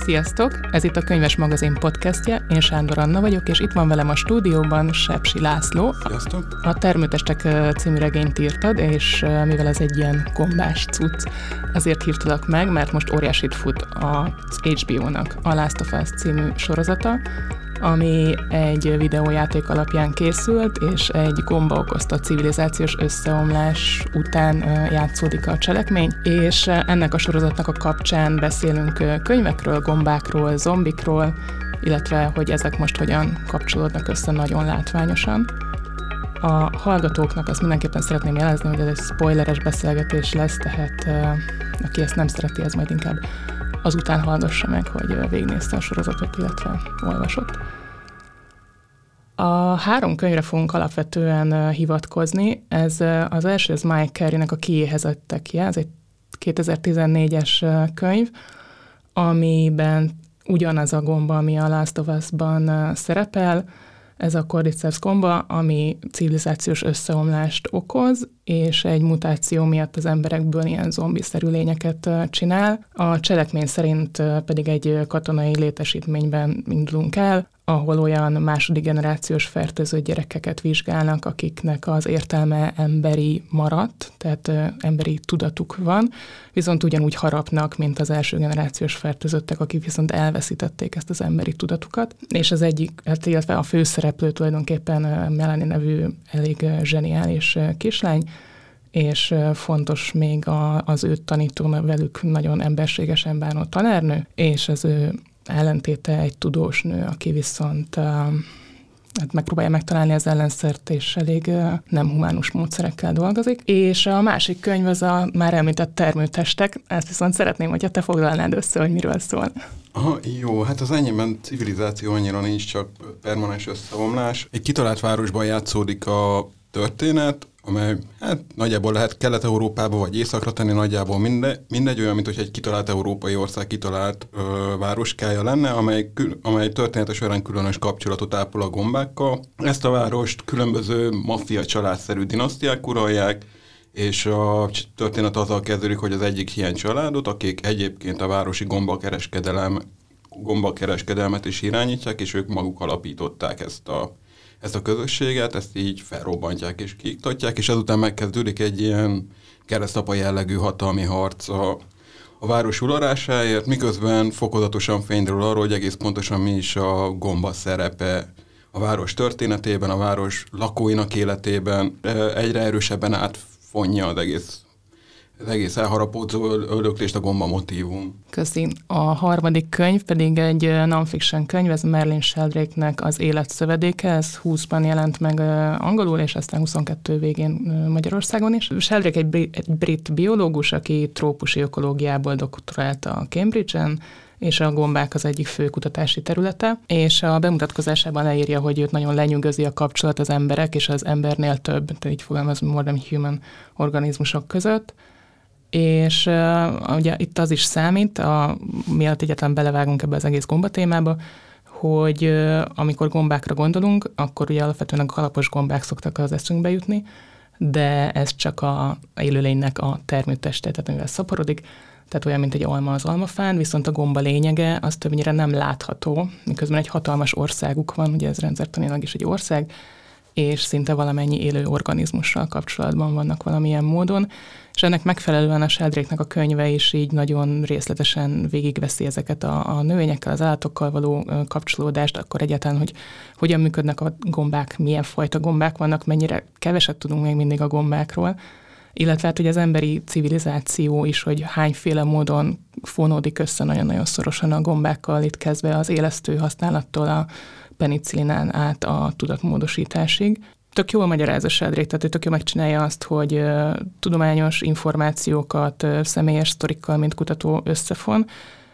Sziasztok! Ez itt a Könyves Magazin podcastje, én Sándor Anna vagyok, és itt van velem a stúdióban Sepsi László. Sziasztok! A Termőtestek című regényt írtad, és mivel ez egy ilyen gombás cucc, azért hívtalak meg, mert most óriásit fut az HBO-nak a Last of Us című sorozata, ami egy videójáték alapján készült, és egy gomba okozta civilizációs összeomlás után játszódik a cselekmény, és ennek a sorozatnak a kapcsán beszélünk könyvekről, gombákról, zombikról, illetve hogy ezek most hogyan kapcsolódnak össze nagyon látványosan. A hallgatóknak azt mindenképpen szeretném jelezni, hogy ez egy spoileres beszélgetés lesz, tehát aki ezt nem szereti, ez majd inkább azután hallgassa meg, hogy végignézte a sorozatot, illetve olvasott. A 3 könyvre fogunk alapvetően hivatkozni. Ez az első, ez Mike Carey-nek a Kiéhezettekje, ez egy 2014-es könyv, amiben ugyanaz a gomba, ami a Last of Us-ban szerepel, ez a Cordyceps gomba, ami civilizációs összeomlást okoz, és egy mutáció miatt az emberekből ilyen zombiszerű lényeket csinál. A cselekmény szerint pedig egy katonai létesítményben indulunk el, ahol olyan második generációs fertőzött gyerekeket vizsgálnak, akiknek az értelme emberi maradt, tehát emberi tudatuk van, viszont ugyanúgy harapnak, mint az első generációs fertőzöttek, akik viszont elveszítették ezt az emberi tudatukat. És az egyik, illetve a főszereplő tulajdonképpen Melanie nevű elég zseniális kislány, és fontos még az őt tanító, velük nagyon emberségesen bánó tanárnő, és az ő ellentéte egy tudós nő, aki viszont megpróbálja megtalálni az ellenszert, és elég nem humánus módszerekkel dolgozik. És a másik könyv az a már említett Termőtestek. Ezt viszont szeretném, hogyha te foglalnád össze, hogy miről szól. Jó, hát az enyémben civilizáció annyira nincs, csak permanens összeomlás. Egy kitalált városban játszódik a történet, amely nagyjából lehet Kelet-Európába vagy északra tenni, nagyjából mindegy olyan, mint hogy egy kitalált európai ország kitalált városkája lenne, amely története során különös kapcsolatot ápol a gombákkal. Ezt a várost különböző maffia családszerű dinasztiák uralják, és a történet azzal kezdődik, hogy az egyik ilyen családot, akik egyébként a városi gombakereskedelmet is irányítják, és ők maguk alapították ezt a közösséget, ezt így felrobbantják és kiiktatják, és ezután megkezdődik egy ilyen keresztapa jellegű hatalmi harc a város uralásáért, miközben fokozatosan fényderül arról, hogy egész pontosan mi is a gomba szerepe a város történetében, a város lakóinak életében, egyre erősebben átfonja az egész elharapódzó öldöklést a gomba motívum. Köszi. A harmadik könyv pedig egy non-fiction könyv, ez Merlin Sheldrake-nek az Életszövedéke, ez 20-ban jelent meg angolul, és aztán 22 végén Magyarországon is. Sheldrake egy brit biológus, aki trópusi ökológiából doktorált a Cambridge-en, és a gombák az egyik fő kutatási területe, és a bemutatkozásában leírja, hogy őt nagyon lenyűgözi a kapcsolat az emberek és az embernél több, tehát így fogalmaz more than human organizmusok között. És ugye itt az is számít, mielőtt egyáltalán belevágunk ebbe az egész gomba témába, hogy amikor gombákra gondolunk, akkor ugye alapvetően a kalapos gombák szoktak az eszünkbe jutni, de ez csak a élőlénynek a termőteste, tehát amivel szaporodik, tehát olyan, mint egy alma az almafán, viszont a gomba lényege az többnyire nem látható, miközben egy hatalmas országuk van, ugye ez rendszertanilag is egy ország, és szinte valamennyi élő organizmussal kapcsolatban vannak valamilyen módon, és ennek megfelelően a Sheldrake-nek a könyve is így nagyon részletesen végigveszi ezeket a növényekkel, az állatokkal való kapcsolódást, akkor egyáltalán, hogy hogyan működnek a gombák, milyen fajta gombák vannak, mennyire keveset tudunk még mindig a gombákról, illetve hát, hogy az emberi civilizáció is, hogy hányféle módon fonódik össze nagyon-nagyon szorosan a gombákkal, itt kezdve az élesztő használattól a penicillinán át a tudatmódosításig. Tök jól magyaráz a Sheldrake, tehát ő tök jól megcsinálja azt, hogy tudományos információkat személyes sztorikkal, mint kutató összefon,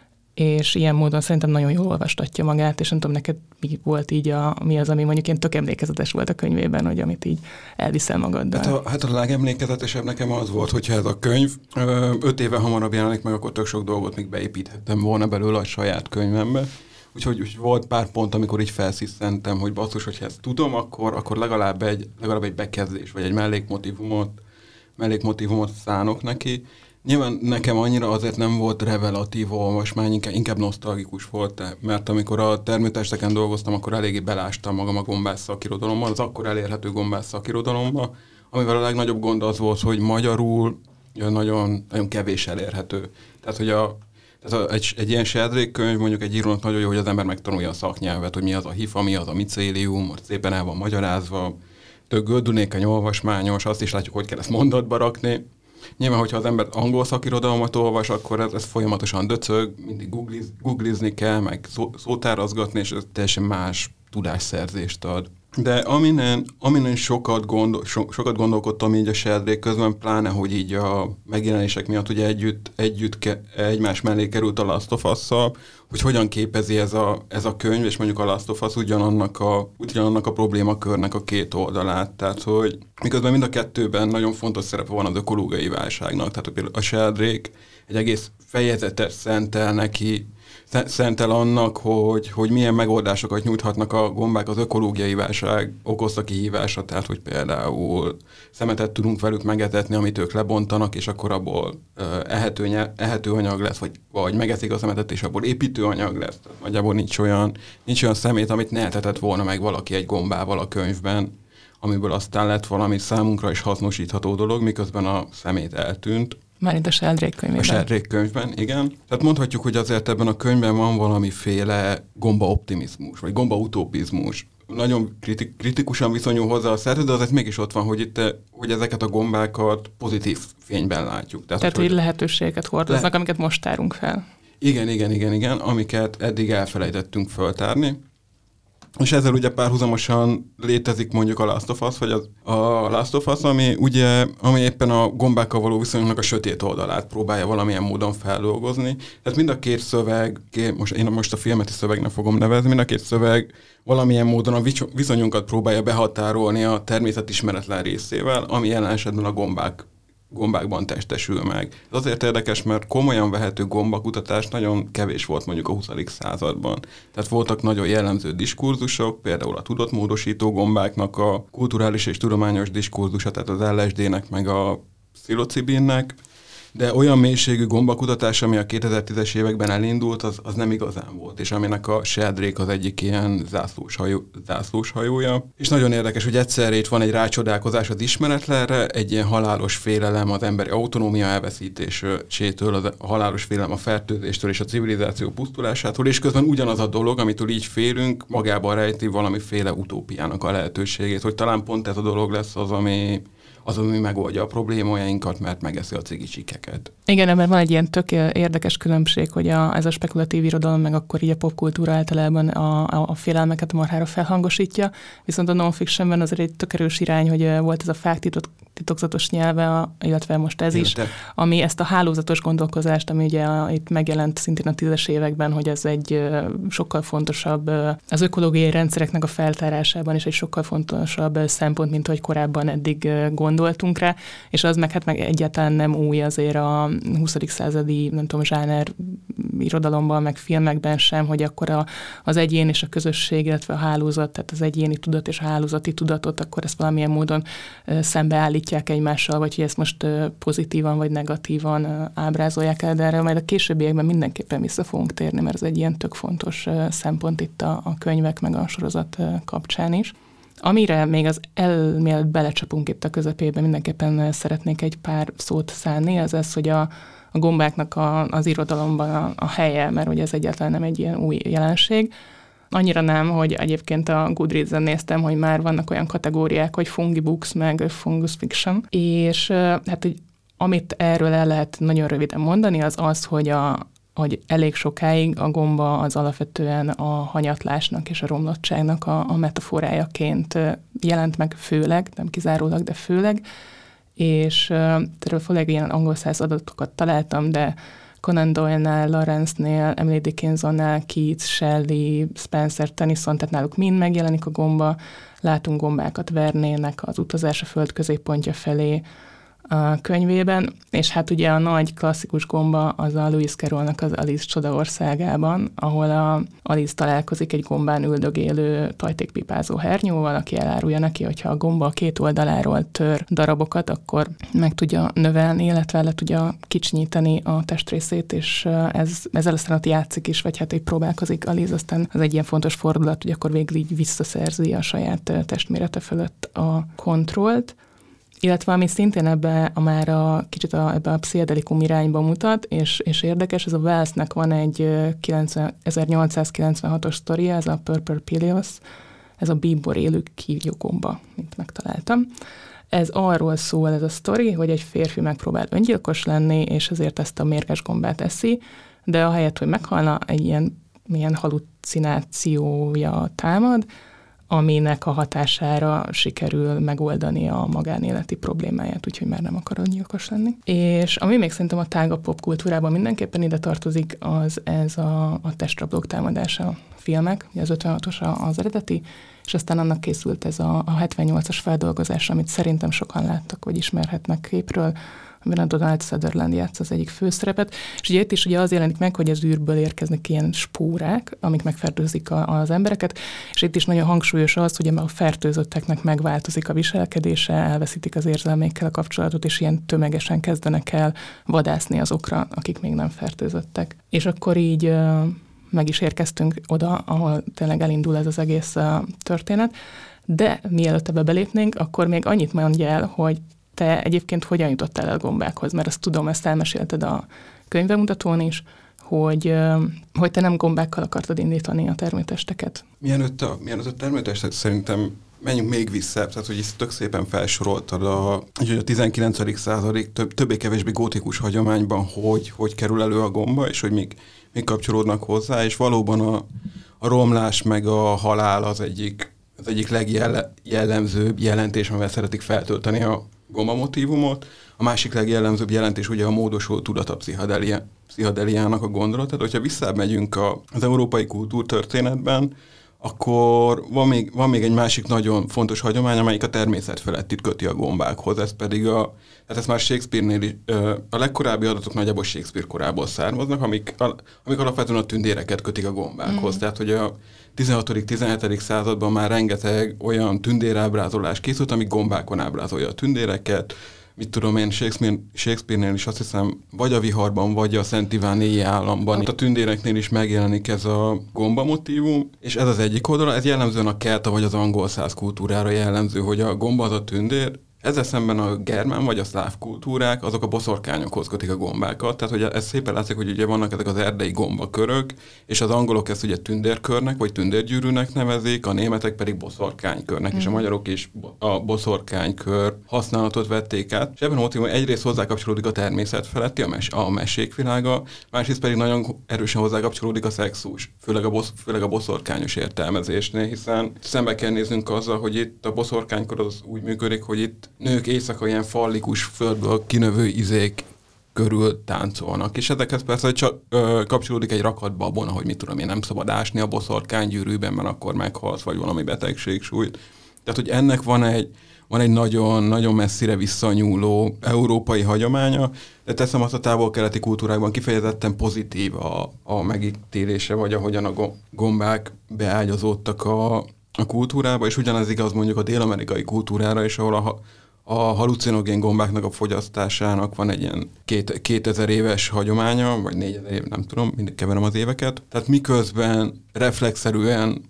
és ilyen módon szerintem nagyon jól olvastatja magát, és nem tudom, neked mi volt így, mi az, ami mondjuk ilyen tök emlékezetes volt a könyvében, hogy amit így elviszel magaddal. Hát a legemlékezetesebb nekem az volt, hogyha ez a könyv 5 éve hamarabb jelenik meg, akkor tök sok dolgot még beépíthettem volna belőle a saját könyvembe. Úgyhogy volt pár pont, amikor így felszisszentem, hogy basszus, hogyha ezt tudom, akkor legalább egy bekezdés, vagy egy mellékmotívumot szánok neki, Nyilván nekem annyira azért nem volt revelatív olvasmány, inkább nosztalgikus volt, mert amikor a termőtesteken dolgoztam, akkor eléggé belástam magam a gombász szakirodalommal, az akkor elérhető gombász szakirodalommal, amivel a legnagyobb gond az volt, hogy magyarul nagyon, nagyon kevés elérhető. Tehát, hogy egy ilyen Sheldrake könyv, mondjuk egy írónak nagyon jó, hogy az ember megtanulja a szaknyelvet, hogy mi az a hifa, mi az a micélium, hogy szépen el van magyarázva, tök gördülékeny, olvasmányos, azt is látjuk, hogy kell ezt mondatba rakni. Nyilván, hogyha az ember angol szakirodalmat olvas, akkor ez folyamatosan döcög, mindig googlizni kell, meg szótárazgatni, és ez teljesen más tudásszerzést ad. De aminen sokat gondolkodtam így a Sheldrake közben, pláne, hogy így a megjelenések miatt ugye egymás mellé került a Last of Us-szal, hogy hogyan képezi ez a könyv, és mondjuk a Last of Us ugyanannak a problémakörnek a két oldalát. Tehát, hogy miközben mind a kettőben nagyon fontos szerepe van az ökológiai válságnak. Tehát például a Sheldrake egy egész fejezetet szentel annak, hogy milyen megoldásokat nyújthatnak a gombák az ökológiai válság okozta kihívásra, tehát hogy például szemetet tudunk velük megetetni, amit ők lebontanak, és akkor abból ehető anyag lesz, vagy megeszik a szemetet, és abból építőanyag lesz. Tehát nagyjából nincs olyan szemét, amit ne etetett volna meg valaki egy gombával a könyvben, amiből aztán lett valami számunkra is hasznosítható dolog, miközben a szemét eltűnt. Mármint a Sheldrake könyvben. A Sheldrake könyvben, igen. Tehát mondhatjuk, hogy azért ebben a könyvben van valamiféle gomba-optimizmus, vagy gomba-utopizmus. Nagyon kritikusan viszonyul hozzá a szerző, de azért mégis ott van, hogy ezeket a gombákat pozitív fényben látjuk. Tehát hogy lehetőségeket hordoznak, amiket most tárunk fel. Igen, amiket eddig elfelejtettünk föltárni. És ezzel ugye párhuzamosan létezik mondjuk a Last of Us, vagy a Last of Us, ami éppen a gombákkal való viszonyunknak a sötét oldalát próbálja valamilyen módon feldolgozni. Tehát mind a két szöveg, én most a filmet is szövegnek fogom nevezni, mind a két szöveg valamilyen módon a viszonyunkat próbálja behatárolni a természetismeretlen részével, ami jelen esetben a gombákban testesül meg. Ez azért érdekes, mert komolyan vehető gombakutatás nagyon kevés volt mondjuk a 20. században. Tehát voltak nagyon jellemző diskurzusok, például a tudatmódosító gombáknak a kulturális és tudományos diskurzusa, tehát az LSD-nek meg a pszilocibinnek, de olyan mélységű gombakutatás, ami a 2010-es években elindult, az nem igazán volt, és aminek a Sheldrake az egyik ilyen zászlóshajója. És nagyon érdekes, hogy egyszerre itt van egy rácsodálkozás az ismeretlenre, egy ilyen halálos félelem az emberi autonómia elveszítésétől, a halálos félelem a fertőzéstől és a civilizáció pusztulásától, és közben ugyanaz a dolog, amitől így félünk, magában rejti valamiféle utópiának a lehetőségét, hogy talán pont ez a dolog lesz az, ami megoldja a problémáinkat, mert megeszi a cigicsikeket. Igen, mert van egy ilyen tök érdekes különbség, hogy ez a spekulatív irodalom, meg akkor így a popkultúra általában a félelmeket marhára felhangosítja, viszont a non-fictionben azért egy tök erős irány, hogy volt ez a fák titokzatos nyelve, illetve most ez is, ami ezt a hálózatos gondolkozást, ami ugye itt megjelent szintén a 10-es években, hogy ez egy sokkal fontosabb, az ökológiai rendszereknek a feltárásában is egy sokkal fontosabb szempont, mint hogy korábban eddig gondoltunk rá, és az meg egyáltalán nem új azért a 20. századi, nem tudom, zsáner irodalomban, meg filmekben sem, hogy akkor az egyén és a közösség, illetve a hálózat, tehát az egyéni tudat és a hálózati tudatot, akkor ezt valamilyen módon szembeállítják egymással, vagy hogy ezt most pozitívan vagy negatívan ábrázolják el, de erre majd a későbbiekben mindenképpen vissza fogunk térni, mert ez egy ilyen tök fontos szempont itt a könyvek meg a sorozat kapcsán is. Amire még az elmélet belecsapunk itt a közepébe, mindenképpen szeretnék egy pár szót szánni, az, hogy a gombáknak az irodalomban a helye, mert ugye ez egyáltalán nem egy ilyen új jelenség. Annyira nem, hogy egyébként a Goodreads-en néztem, hogy már vannak olyan kategóriák, hogy fungi books, meg fungus fiction, és hát, hogy amit erről el lehet nagyon röviden mondani, az, hogy elég sokáig a gomba az alapvetően a hanyatlásnak és a romlottságnak a metaforájaként jelent meg főleg, nem kizárólag, de főleg, és erről főleg ilyen angol száz adatokat találtam, de Conan Doyle-nál, Lawrence-nél, Emily Dickinsonnál, Keats, Shelley, Spencer, Tennyson, tehát náluk mind megjelenik a gomba, látunk gombákat Vernének az Utazás a föld középpontja felé, a könyvében, és hát ugye a nagy klasszikus gomba az a Lewis Carrollnak az Alice Csodaországában, ahol a Alice találkozik egy gombán üldögélő tajtékpipázó hernyóval, aki elárulja neki, hogyha a gomba a két oldaláról tör darabokat, akkor meg tudja növelni, illetve le tudja kicsinyíteni a testrészét, és ezzel aztán ott játszik is, vagy hát így próbálkozik Alice, aztán az egy ilyen fontos fordulat, hogy akkor végül így visszaszerzi a saját testmérete fölött a kontrollt. Illetve ami szintén ebbe a pszichedelikum irányba mutat, és érdekes, ez a Wellsnek van egy 1896-os sztoria, ez a Purple Pillows, ez a bíbor élő kígyógomba, mint megtaláltam. Ez arról szól ez a sztori, hogy egy férfi megpróbál öngyilkos lenni, és ezért ezt a mérges gombát eszi, de ahelyett, hogy meghalna, egy ilyen halucinációja támad, aminek a hatására sikerül megoldani a magánéleti problémáját, úgyhogy már nem akar öngyilkos lenni. És ami még szerintem a tágabb popkultúrában mindenképpen ide tartozik, ez a testrablók támadása filmek, ugye az 56-os az eredeti, és aztán annak készült ez a 78-as feldolgozás, amit szerintem sokan láttak, vagy ismerhetnek képről, amiben a Donald Sutherland játsz az egyik főszerepet, és ugye itt is ugye az jelenik meg, hogy az űrből érkeznek ilyen spórák, amik megfertőzik az embereket, és itt is nagyon hangsúlyos az, hogy a fertőzötteknek megváltozik a viselkedése, elveszítik az érzelmékkel a kapcsolatot, és ilyen tömegesen kezdenek el vadászni azokra, akik még nem fertőzöttek. És akkor így meg is érkeztünk oda, ahol tényleg elindul ez az egész történet, de mielőtt ebbe belépnénk, akkor még annyit mondj el, hogy te egyébként hogyan jutottál el gombákhoz, mert azt tudom, ezt elmesélted a könyvbemutatón is, hogy te nem gombákkal akartad indítani a termőtesteket. Mielőtt a termőtestek szerintem menjünk még vissza, tehát hogy ezt tök szépen felsoroltad hogy a 19. századi többé-kevésbé gótikus hagyományban hogy kerül elő a gomba, és hogy mik kapcsolódnak hozzá, és valóban a romlás meg a halál az egyik legjellemzőbb jelentés, amivel szeretik feltölteni a gomba motívumot. A másik legjellemzőbb jelentés ugye a módosult tudat a pszichedeliának a gondolat. Tehát, hogyha visszamegyünk az európai kultúrtörténetben, akkor van még egy másik nagyon fontos hagyomány, amelyik a természet felettit köti a gombákhoz. Ez pedig ez már Shakespeare-nél is, a legkorábbi adatok nagyjából Shakespeare korából származnak, amik alapvetően a tündéreket kötik a gombákhoz. Tehát, hogy a 16.-17. században már rengeteg olyan tündérábrázolás készült, ami gombákon ábrázolja a tündéreket. Mit tudom én, Shakespeare-nél is azt hiszem, vagy a Viharban, vagy a Szent Iván éjjel államban. A tündéreknél is megjelenik ez a gomba motívum, és ez az egyik oldala, ez jellemzően a kelta vagy az angol száz kultúrára jellemző, hogy a gomba az a tündér. Ezzel szemben a germán vagy a szláv kultúrák, azok a boszorkányokhoz kötik a gombákat. Tehát, hogy ez szépen látszik, hogy ugye vannak ezek az erdei gombakörök, és az angolok ezt ugye tündérkörnek, vagy tündérgyűrűnek nevezik, a németek pedig boszorkánykörnek, és a magyarok is a boszorkánykör használatot vették át. És ebben a motivumban egyrészt hozzákapcsolódik a természet feletti, a mesék világa, másrészt pedig nagyon erősen hozzákapcsolódik a szexus, főleg a boszorkányos értelmezésnél, hiszen szembe kell néznünk azzal, hogy itt a boszorkánykor az úgy működik, hogy itt nők éjszaka ilyen fallikus földből kinövő izék körül táncolnak. És ezekhez persze csak kapcsolódik egy rakat babona, hogy mit tudom én, nem szabad ásni a boszorkánygyűrűben, mert akkor meghalsz, vagy valami betegség sújt. Tehát, hogy ennek van egy nagyon, nagyon messzire visszanyúló európai hagyománya, de teszem azt, a távol-keleti kultúrákban kifejezetten pozitív a megítélése, vagy ahogyan a gombák beágyazódtak a kultúrába, és ugyanez igaz mondjuk a dél-amerikai kultúrára is, ahol a halucinogén gombáknak a fogyasztásának van egy ilyen 2000 éves hagyománya, vagy 4000 év, nem tudom, mindig keverem az éveket. Tehát miközben reflexzerűen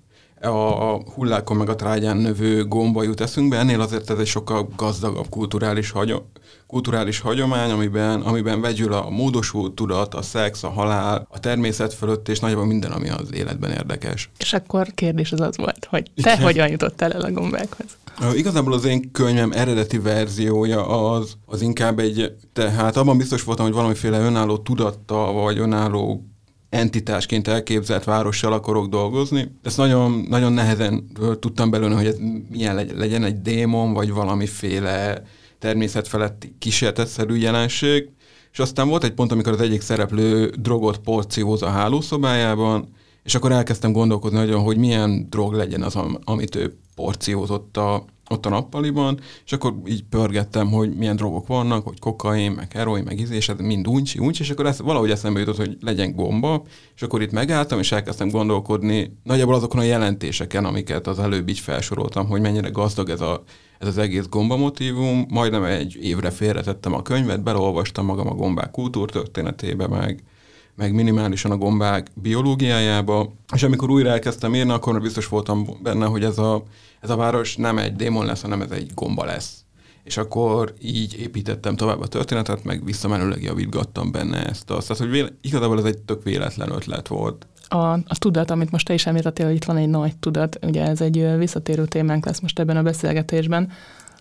a hullákon meg a trágyán növő gomba jut eszünkbe, ennél azért ez egy sokkal gazdagabb kulturális hagyomány, amiben vegyül a módosult tudat, a szex, a halál, a természet fölött, és nagyjából minden, ami az életben érdekes. És akkor kérdés az volt, hogy te hogyan jutottál el a gombákhoz? Igazából az én könyvem eredeti verziója az inkább tehát abban biztos voltam, hogy valamiféle önálló tudattal, vagy önálló entitásként elképzelt várossal akarok dolgozni. Ezt nagyon, nagyon nehezen tudtam belőle, hogy ez milyen legyen egy démon, vagy valamiféle természet feletti kísérletszerű jelenség. És aztán volt egy pont, amikor az egyik szereplő drogot porcióz a hálószobájában, és akkor elkezdtem gondolkozni nagyon, hogy milyen drog legyen az, amit ő porciózott a ott a nappaliban, és akkor így pörgettem, hogy milyen drogok vannak, hogy kokain, meg heroin, meg és ez mind uncsi, és akkor valahogy eszembe jutott, hogy legyen gomba, és akkor itt megálltam, és elkezdtem gondolkodni nagyjából azokon a jelentéseken, amiket az előbb így felsoroltam, hogy mennyire gazdag ez az egész gomba motívum. Majdnem egy évre félretettem a könyvet, beleolvastam magam a gombák kultúrtörténetébe, meg minimálisan a gombák biológiájába, és amikor újra elkezdtem írni, akkor biztos voltam benne, hogy ez a város nem egy démon lesz, hanem ez egy gomba lesz. És akkor így építettem tovább a történetet, meg visszamenőleg javítgattam benne ezt. Tehát, hogy igazából ez egy tök véletlen ötlet volt. A tudat, amit most te is említettél, hogy itt van egy nagy tudat, ugye ez egy visszatérő témánk lesz most ebben a beszélgetésben,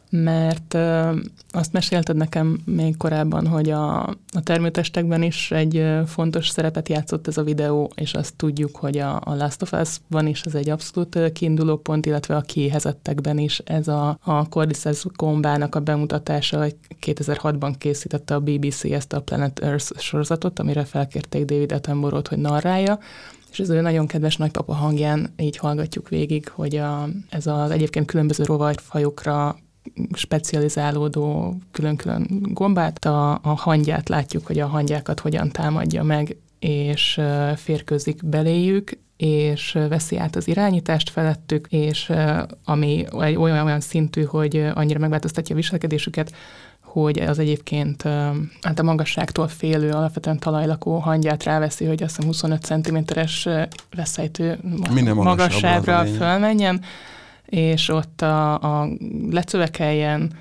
mert azt mesélted nekem még korábban, hogy a termőtestekben is egy fontos szerepet játszott ez a videó, és azt tudjuk, hogy a Last of Us-ban is ez egy abszolút kiinduló pont, illetve a Kiéhezettekben is ez a Cordyceps gombának a bemutatása, 2006-ban készítette a BBC ezt a Planet Earth sorozatot, amire felkérték David Attenborough-t, hogy narrálja, és ez ő nagyon kedves nagypapa hangján így hallgatjuk végig, hogy ez az egyébként különböző rovarfajokra specializálódó külön-külön gombát, a hangyát látjuk, hogy a hangyákat hogyan támadja meg, és férkőzik beléjük, és veszi át az irányítást felettük, és ami olyan szintű, hogy annyira megváltoztatja a viselkedésüket, hogy az egyébként hát a magasságtól félő, alapvetően talajlakó hangyát ráveszi, hogy azt hiszem 25 cm-es veszejtő magasságra fölmenjen, és ott a lecövekeljen,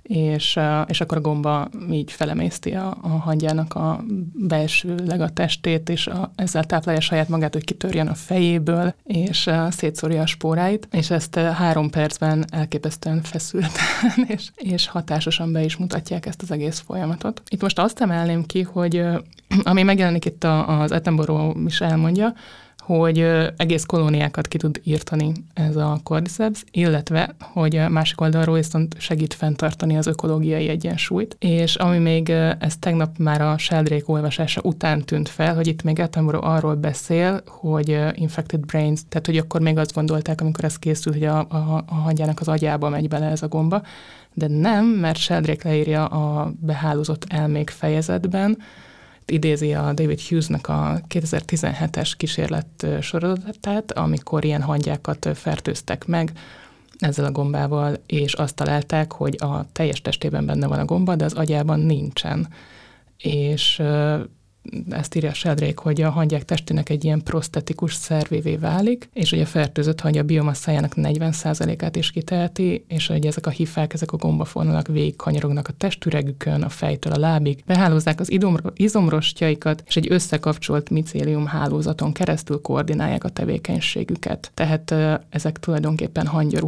és akkor a gomba így felemészti a hangyának a belsőleg a testét, és ezzel táplálja saját magát, hogy kitörjön a fejéből, és szétszórja a spóráit, és ezt 3 percben elképesztően feszülten, és hatásosan be is mutatják ezt az egész folyamatot. Itt most azt emelném ki, hogy ami megjelenik itt az Attenborough is elmondja, hogy egész kolóniákat ki tud írtani ez a Cordyceps, illetve, hogy másik oldalról viszont segít fenntartani az ökológiai egyensúlyt. És ami még ez tegnap már a Sheldrake olvasása után tűnt fel, hogy itt még Attenborough arról beszél, hogy infected brains, tehát hogy akkor még azt gondolták, amikor ez készült, hogy a hangyának az agyába megy bele ez a gomba, de nem, mert Sheldrake leírja a behálózott elmék fejezetben, idézi a David Hughes-nek a 2017-es kísérlet sorozatát, amikor ilyen hangyákat fertőztek meg ezzel a gombával, és azt találták, hogy a teljes testében benne van a gomba, de az agyában nincsen. És ezt írja Sheldrake, hogy a hangyák testének egy ilyen prosztetikus szervévé válik, és hogy a fertőzött hangya biomasszájának 40%-át is kiteheti, és hogy ezek a hifák, ezek a gombafonalak végigkanyarognak a testüregükön, a fejtől a lábig, behálózzák az izomrostjaikat, és egy összekapcsolt micélium hálózaton keresztül koordinálják a tevékenységüket. Tehát ezek tulajdonképpen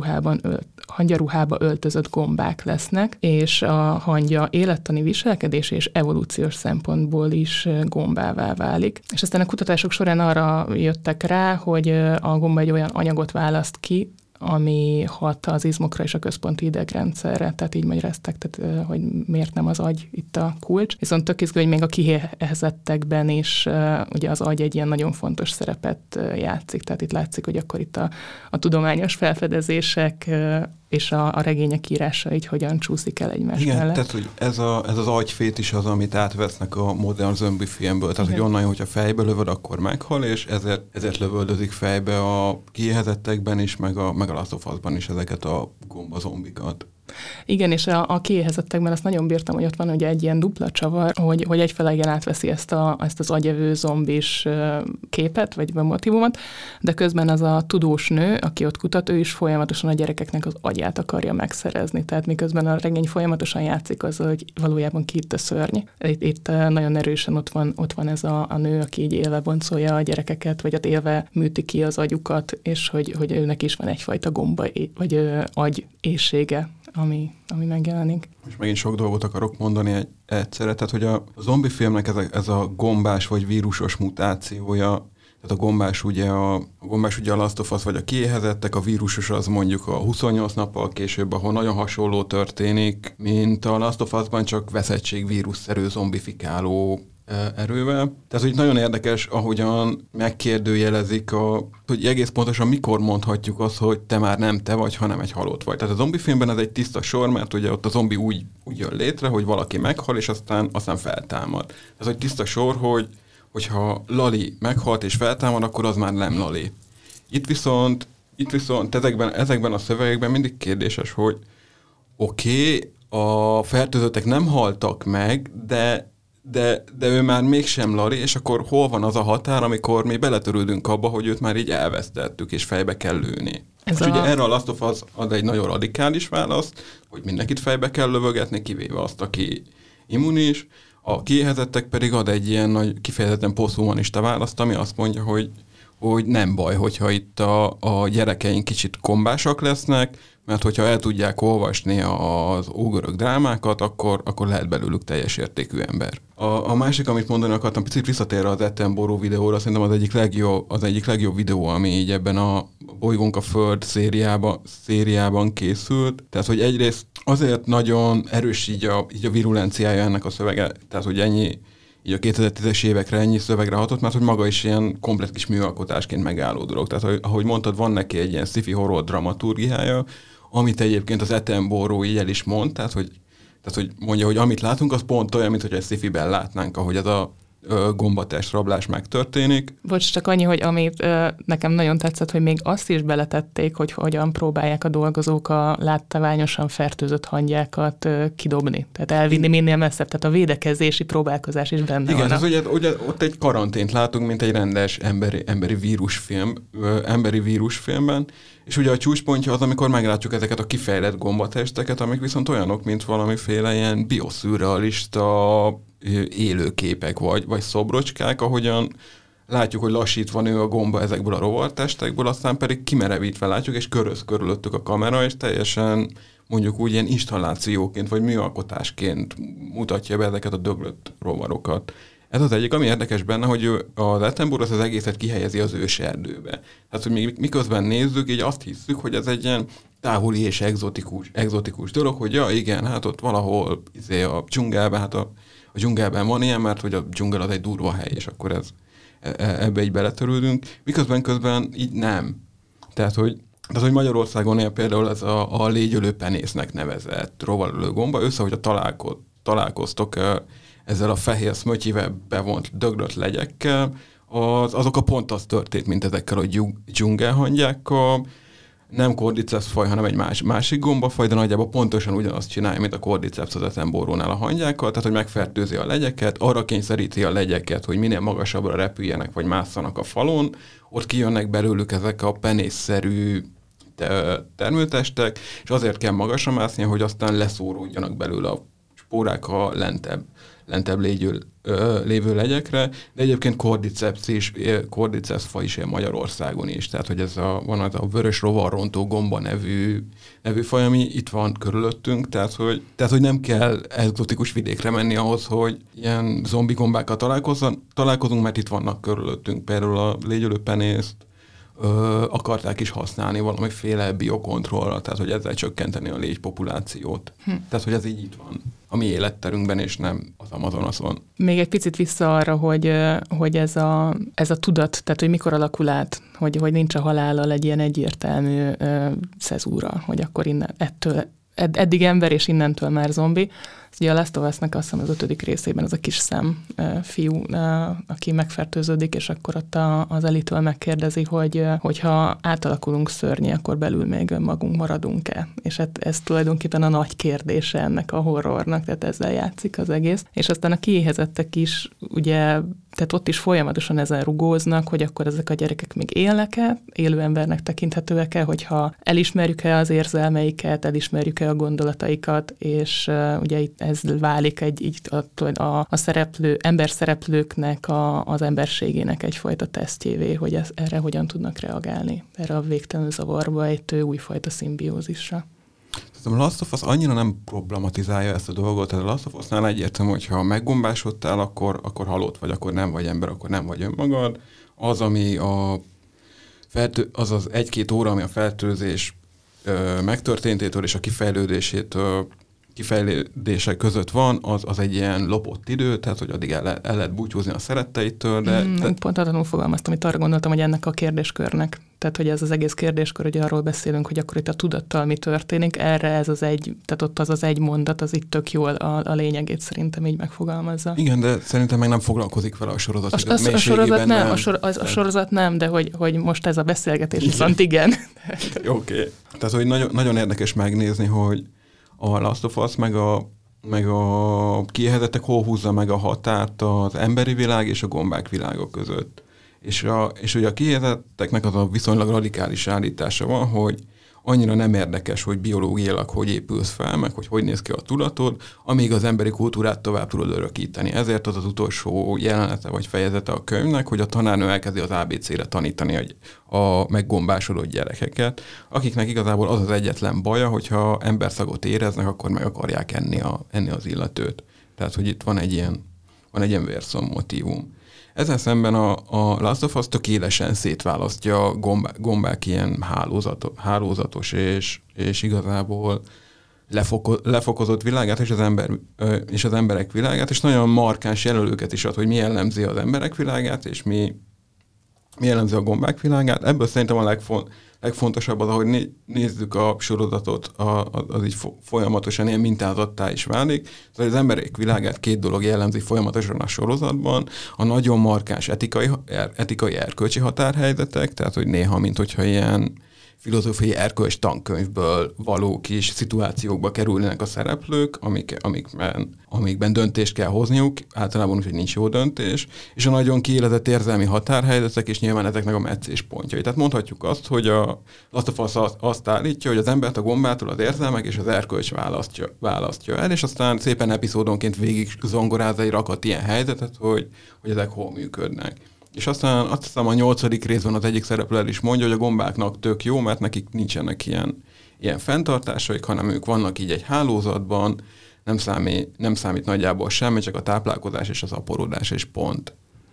hangyaruhába öltözött gombák lesznek, és a hangya élettani viselkedés és evolúciós szempontból is gombává válik. És aztán a kutatások során arra jöttek rá, hogy a gomba egy olyan anyagot választ ki, ami hat az izmokra és a központi idegrendszerre, tehát így magyarázták, tehát, hogy miért nem az agy itt a kulcs. Viszont tök izgő, hogy még a kiéhezettekben is ugye az agy egy ilyen nagyon fontos szerepet játszik, tehát itt látszik, hogy akkor itt a tudományos felfedezések és a regények írása így hogyan csúszik el egymás mellett. mellett. Tehát, hogy ez az agyfét is az, amit átvesznek a modern zombi filmből. Tehát, igen, hogy onnan, hogyha fejbe lövöd, akkor meghal, és ezért lövöldözik fejbe a kiéhezettekben is, meg a Last of Us-ban is ezeket a gombazombikat. Igen, és a kiéhezettekben azt nagyon bírtam, hogy ott van ugye egy ilyen dupla csavar, hogy egyfelől igen átveszi ezt az agyevő zombis képet, vagy motivumot, de közben az a tudós nő, aki ott kutat, ő is folyamatosan a gyerekeknek az agyát akarja megszerezni. Tehát miközben a regény folyamatosan játszik azzal, hogy valójában ki itt a szörny. Itt nagyon erősen ott van ez a nő, aki így élve boncolja a gyerekeket, vagy élve műti ki az agyukat, és hogy őnek is van egyfajta gomba, vagy agy éhsége, ami megjelenik. Most megint sok dolgot akarok mondani egyszerre, tehát hogy a zombi filmnek ez a gombás vagy vírusos mutációja, tehát a gombás ugye a Last of Us vagy a kiéhezettek, a vírusos az mondjuk a 28 nappal később, ahol nagyon hasonló történik, mint a Last of Us-ban, csak veszettség vírusszerű zombifikáló erővel. Tehát, hogy nagyon érdekes, ahogyan megkérdőjelezik, hogy egész pontosan mikor mondhatjuk azt, hogy te már nem te vagy, hanem egy halott vagy. Tehát a zombi filmben ez egy tiszta sor, mert ugye ott a zombi úgy jön létre, hogy valaki meghal, és aztán feltámad. Ez egy tiszta sor, hogyha Lali meghalt és feltámad, akkor az már nem Lali. Itt viszont ezekben a szövegekben mindig kérdéses, hogy oké, a fertőzöttek nem haltak meg, de ő már mégsem Lali, és akkor hol van az a határ, amikor mi beletörődünk abba, hogy őt már így elvesztettük, és fejbe kell lőni. Ugye erre a Last of Us ad egy nagyon radikális választ, hogy mindenkit fejbe kell lövögetni, kivéve azt, aki immunis, a kiéhezettek pedig ad egy ilyen nagy, kifejezetten poszthumanista választ, ami azt mondja, hogy nem baj, hogyha itt a gyerekeink kicsit kombásak lesznek, mert hogyha el tudják olvasni az ógörög drámákat, akkor lehet belőlük teljes értékű ember. A másik, amit mondani akartam, picit visszatérve az Attenborough videóra, szerintem az egyik legjobb videó, ami így ebben a Bolygónk a Föld szériában készült. Tehát, hogy egyrészt azért nagyon erős így a virulenciája ennek a szövege, tehát, hogy ennyi így a 2010-es évekre ennyi szövegre hatott, mert hogy maga is ilyen komplet kis műalkotásként megálló dolog. Tehát, ahogy mondtad, van neki egy ilyen sci-fi horror dramaturgiája, amit egyébként az Attenborough így el is mond, tehát hogy mondja, hogy amit látunk, az pont olyan, mint hogy egy sci-fiben látnánk, ahogy ez a gombatest rablás megtörténik. Bocs, csak annyi, hogy amit nekem nagyon tetszett, hogy még azt is beletették, hogy hogyan próbálják a dolgozók a látványosan fertőzött hangyákat kidobni. Tehát elvinni minél messzebb. Tehát a védekezési próbálkozás is benne van. Igen, ez ugye ott egy karantént látunk, mint egy rendes emberi vírusfilmben, és ugye a csúcspontja az, amikor meglátjuk ezeket a kifejlett gombatesteket, amik viszont olyanok, mint valamiféle ilyen bioszürrealista élőképek vagy szobrocskák, ahogyan látjuk, hogy lassítva nő a gomba ezekből a rovartestekből, aztán pedig kimerevítve látjuk, és körülöttük a kamera, és teljesen mondjuk úgy ilyen installációként, vagy műalkotásként mutatja be ezeket a döglött rovarokat. Ez az egyik, ami érdekes benne, hogy az Attenborough az egészet kihelyezi az őserdőbe. Tehát, hogy miközben nézzük, így azt hiszük, hogy ez egy ilyen távoli és egzotikus dolog, hogy ja, igen, hát ott valahol a dzsungelben, hát a dzsungelben van ilyen, mert hogy a dzsungel az egy durva hely, és akkor ebbe így beletörődünk. Miközben közben így nem. Tehát, hogy Magyarországon él például ez a légyölő penésznek nevezett rovarölő gomba, hogyha találkoztok ezzel a fehér szmötyivel bevont döglött legyekkel, azok a pont az történt, mint ezekkel a dzsungelhangyákkal, nem cordyceps faj, hanem egy másik gombafaj, de nagyjából pontosan ugyanazt csinálja, mint a cordyceps az Attenborough-nál a hangyákkal, tehát hogy megfertőzi a legyeket, arra kényszeríti a legyeket, hogy minél magasabbra repüljenek, vagy másszanak a falon, ott kijönnek belőlük ezek a penészszerű termőtestek, és azért kell magasra mászni, hogy aztán leszóródjanak belőle a spórák a lentebb lévő legyekre, de egyébként cordyceps faj is él Magyarországon is, tehát hogy van az a vörös rovarrontó gomba nevű faj, ami itt van körülöttünk, tehát hogy nem kell egzotikus vidékre menni ahhoz, hogy ilyen zombi gombákkal találkozunk, mert itt vannak körülöttünk, például a légyölőpenészt akarták is használni valamiféle biokontrollra, tehát hogy ezzel csökkenteni a légypopulációt. Tehát, hogy ez így itt van a mi életterünkben, és nem az Amazonoson. Még egy picit vissza arra, hogy ez a tudat, tehát hogy mikor alakul át, hogy nincs a halállal egy ilyen egyértelmű szezúra, hogy akkor eddig ember, és innentől már zombi. Ugye a Last of Us-nak azt hiszem az 5. részében az a kis szem fiú, aki megfertőződik, és akkor ott az Ellie-től megkérdezi, hogyha átalakulunk szörnyé, akkor belül még magunk maradunk-e? És ez tulajdonképpen a nagy kérdése ennek a horrornak, tehát ezzel játszik az egész. És aztán a kiéhezettek is, ugye, tehát ott is folyamatosan ezen rugóznak, hogy akkor ezek a gyerekek még élnek-e, élő embernek tekinthetőek-e, hogyha elismerjük-e az érzelmeiket, elismerjük-e a gondolataikat, és ugye itt ez válik a emberszereplőknek, az emberségének egyfajta tesztjévé, hogy erre hogyan tudnak reagálni, erre a végtelenül zavarba ejtő újfajta szimbiózisra. A Last of Us annyira nem problematizálja ezt a dolgot, tehát a Last of Us-nál egyértelmű, hogy ha meggombásodtál, akkor halott vagy, akkor nem vagy ember, akkor nem vagy önmagad. Az, ami az 1-2 óra, ami a fertőzés megtörténtétől és a kifejlődésétől kifejlődése között van, az egy ilyen lopott idő, tehát hogy addig el lehet búcsúzni a szeretteitől, de... Pont arra fogalmaztam, hogy arra gondoltam, hogy ennek a kérdéskörnek. Tehát, hogy ez az egész kérdéskör, hogy arról beszélünk, hogy akkor itt a tudattal mi történik, erre ez az egy, tehát ott az egy mondat, az itt tök jól a lényegét szerintem így megfogalmazza. Igen, de szerintem meg nem foglalkozik vele a sorozat. A sorozat nem, a sorozat nem, de hogy most ez a beszélgetés viszont igen. Oké. Tehát, hogy nagyon érdekes megnézni, hogy a Last of Us meg a kiéhezettek hol húzza meg a határt az emberi világ és a gombák világa között. És ugye a kiéhezetteknek az a viszonylag radikális állítása van, hogy annyira nem érdekes, hogy biológiailag hogy épülsz fel, meg hogy néz ki a tudatod, amíg az emberi kultúrát tovább tudod örökíteni. Ezért az utolsó jelenete vagy fejezete a könyvnek, hogy a tanárnő elkezdi az ABC-re tanítani a meggombásodott gyerekeket, akiknek igazából az egyetlen baja, hogyha emberszagot éreznek, akkor meg akarják enni az illetőt. Tehát, hogy itt van egy ilyen vérszom motívum. Ezzel szemben a Last of Us tökéletesen szétválasztja gombák ilyen hálózatos és igazából lefokozott világát és az emberek világát, és nagyon markáns jelölőket is ad, hogy mi jellemzi az emberek világát, és mi jellemzi a gombák világát. Ebből szerintem a legfontosabb az, ahogy nézzük a sorozatot, az így folyamatosan ilyen mintázattá is válik. Szóval az emberek világát két dolog jellemzi folyamatosan a sorozatban. A nagyon markáns etikai erkölcsi határhelyzetek, tehát hogy néha, mint hogyha ilyen filozófiai erkölcs tankönyvből való kis szituációkba kerülnek a szereplők, amikben döntést kell hozniuk, általában úgy, hogy nincs jó döntés, és a nagyon kiélezett érzelmi határhelyzetek, és nyilván ezeknek a meccéspontjai. Tehát mondhatjuk azt, hogy a Last of Us azt állítja, hogy az embert a gombától az érzelmek és az erkölcs választja el, és aztán szépen epizódonként végig zongorázza egy rakat ilyen helyzetet, hogy ezek hol működnek. És aztán azt hiszem a 8. részben az egyik szereplő el is mondja, hogy a gombáknak tök jó, mert nekik nincsenek ilyen fenntartásaik, hanem ők vannak így egy hálózatban, nem számít nagyjából semmi, csak a táplálkozás és az aporodás, és pont.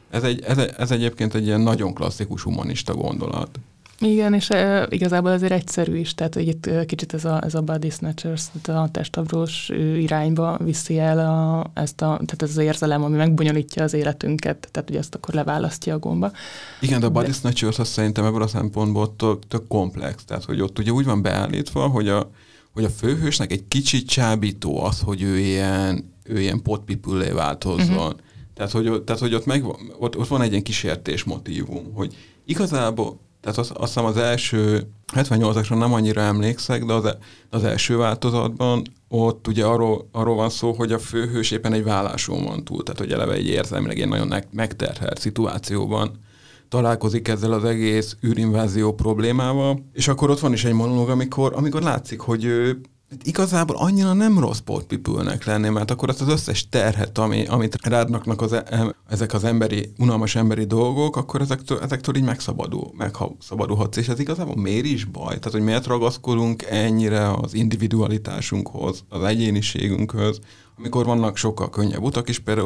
Ez egyébként egy ilyen nagyon klasszikus humanista gondolat. Igen, és igazából azért egyszerű is, tehát hogy itt kicsit ez a body snatchers, a testabrós irányba viszi el tehát ez az érzelem, ami megbonyolítja az életünket, tehát hogy ezt akkor leválasztja a gomba. Igen, de a body snatchers azt szerintem ebből a szempontból tök komplex, tehát hogy ott ugye úgy van beállítva, hogy a főhősnek egy kicsit csábító az, hogy ő ilyen potpipüllé változzon. Tehát, hogy ott van egy ilyen kísértés motívum, hogy igazából. Tehát azt hiszem az első, 78-asra nem annyira emlékszek, de az első változatban ott ugye arról van szó, hogy a főhős éppen egy válláson van túl, tehát hogy eleve egy érzelmileg egy nagyon megterhelt szituációban találkozik ezzel az egész űrinvázió problémával, és akkor ott van is egy monológ, amikor látszik, hogy igazából annyira nem rossz potpipülnek lenni, mert akkor azt az összes terhet, amit rádnak ezek az unalmas emberi dolgok, akkor ezektől így megszabadulhatsz, és ez igazából miért is baj? Tehát, hogy miért ragaszkodunk ennyire az individualitásunkhoz, az egyéniségünkhöz, amikor vannak sokkal könnyebb utak is, például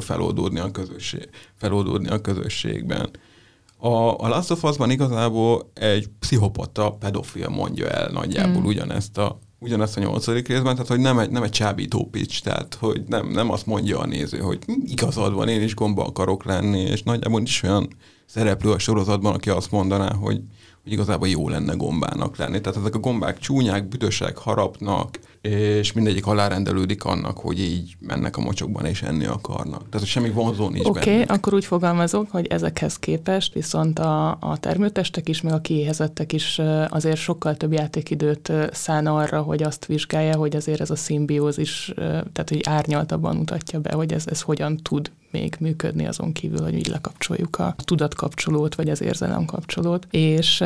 feloldódni a közösségben. A Last of Us-ban igazából egy pszichopata pedofil mondja el nagyjából ugyanezt a 8. részben, tehát hogy nem egy csábító pitch, tehát hogy nem azt mondja a néző, hogy igazad van, én is gomba akarok lenni, és nagyjából nincs olyan szereplő a sorozatban, aki azt mondaná, hogy igazából jó lenne gombának lenni. Tehát ezek a gombák csúnyák, büdösek, harapnak, és mindegyik alárendelődik annak, hogy így mennek a mocsokban és enni akarnak. Tehát, hogy semmi vonzó nincs benne. Oké, akkor úgy fogalmazok, hogy ezekhez képest viszont a termőtestek is, meg a kiéhezettek is azért sokkal több játékidőt szán arra, hogy azt vizsgálja, hogy azért ez a szimbiózis, tehát hogy árnyaltabban mutatja be, hogy ez hogyan tud még működni azon kívül, hogy így lekapcsoljuk a tudatkapcsolót, vagy az érzelemkapcsolót. És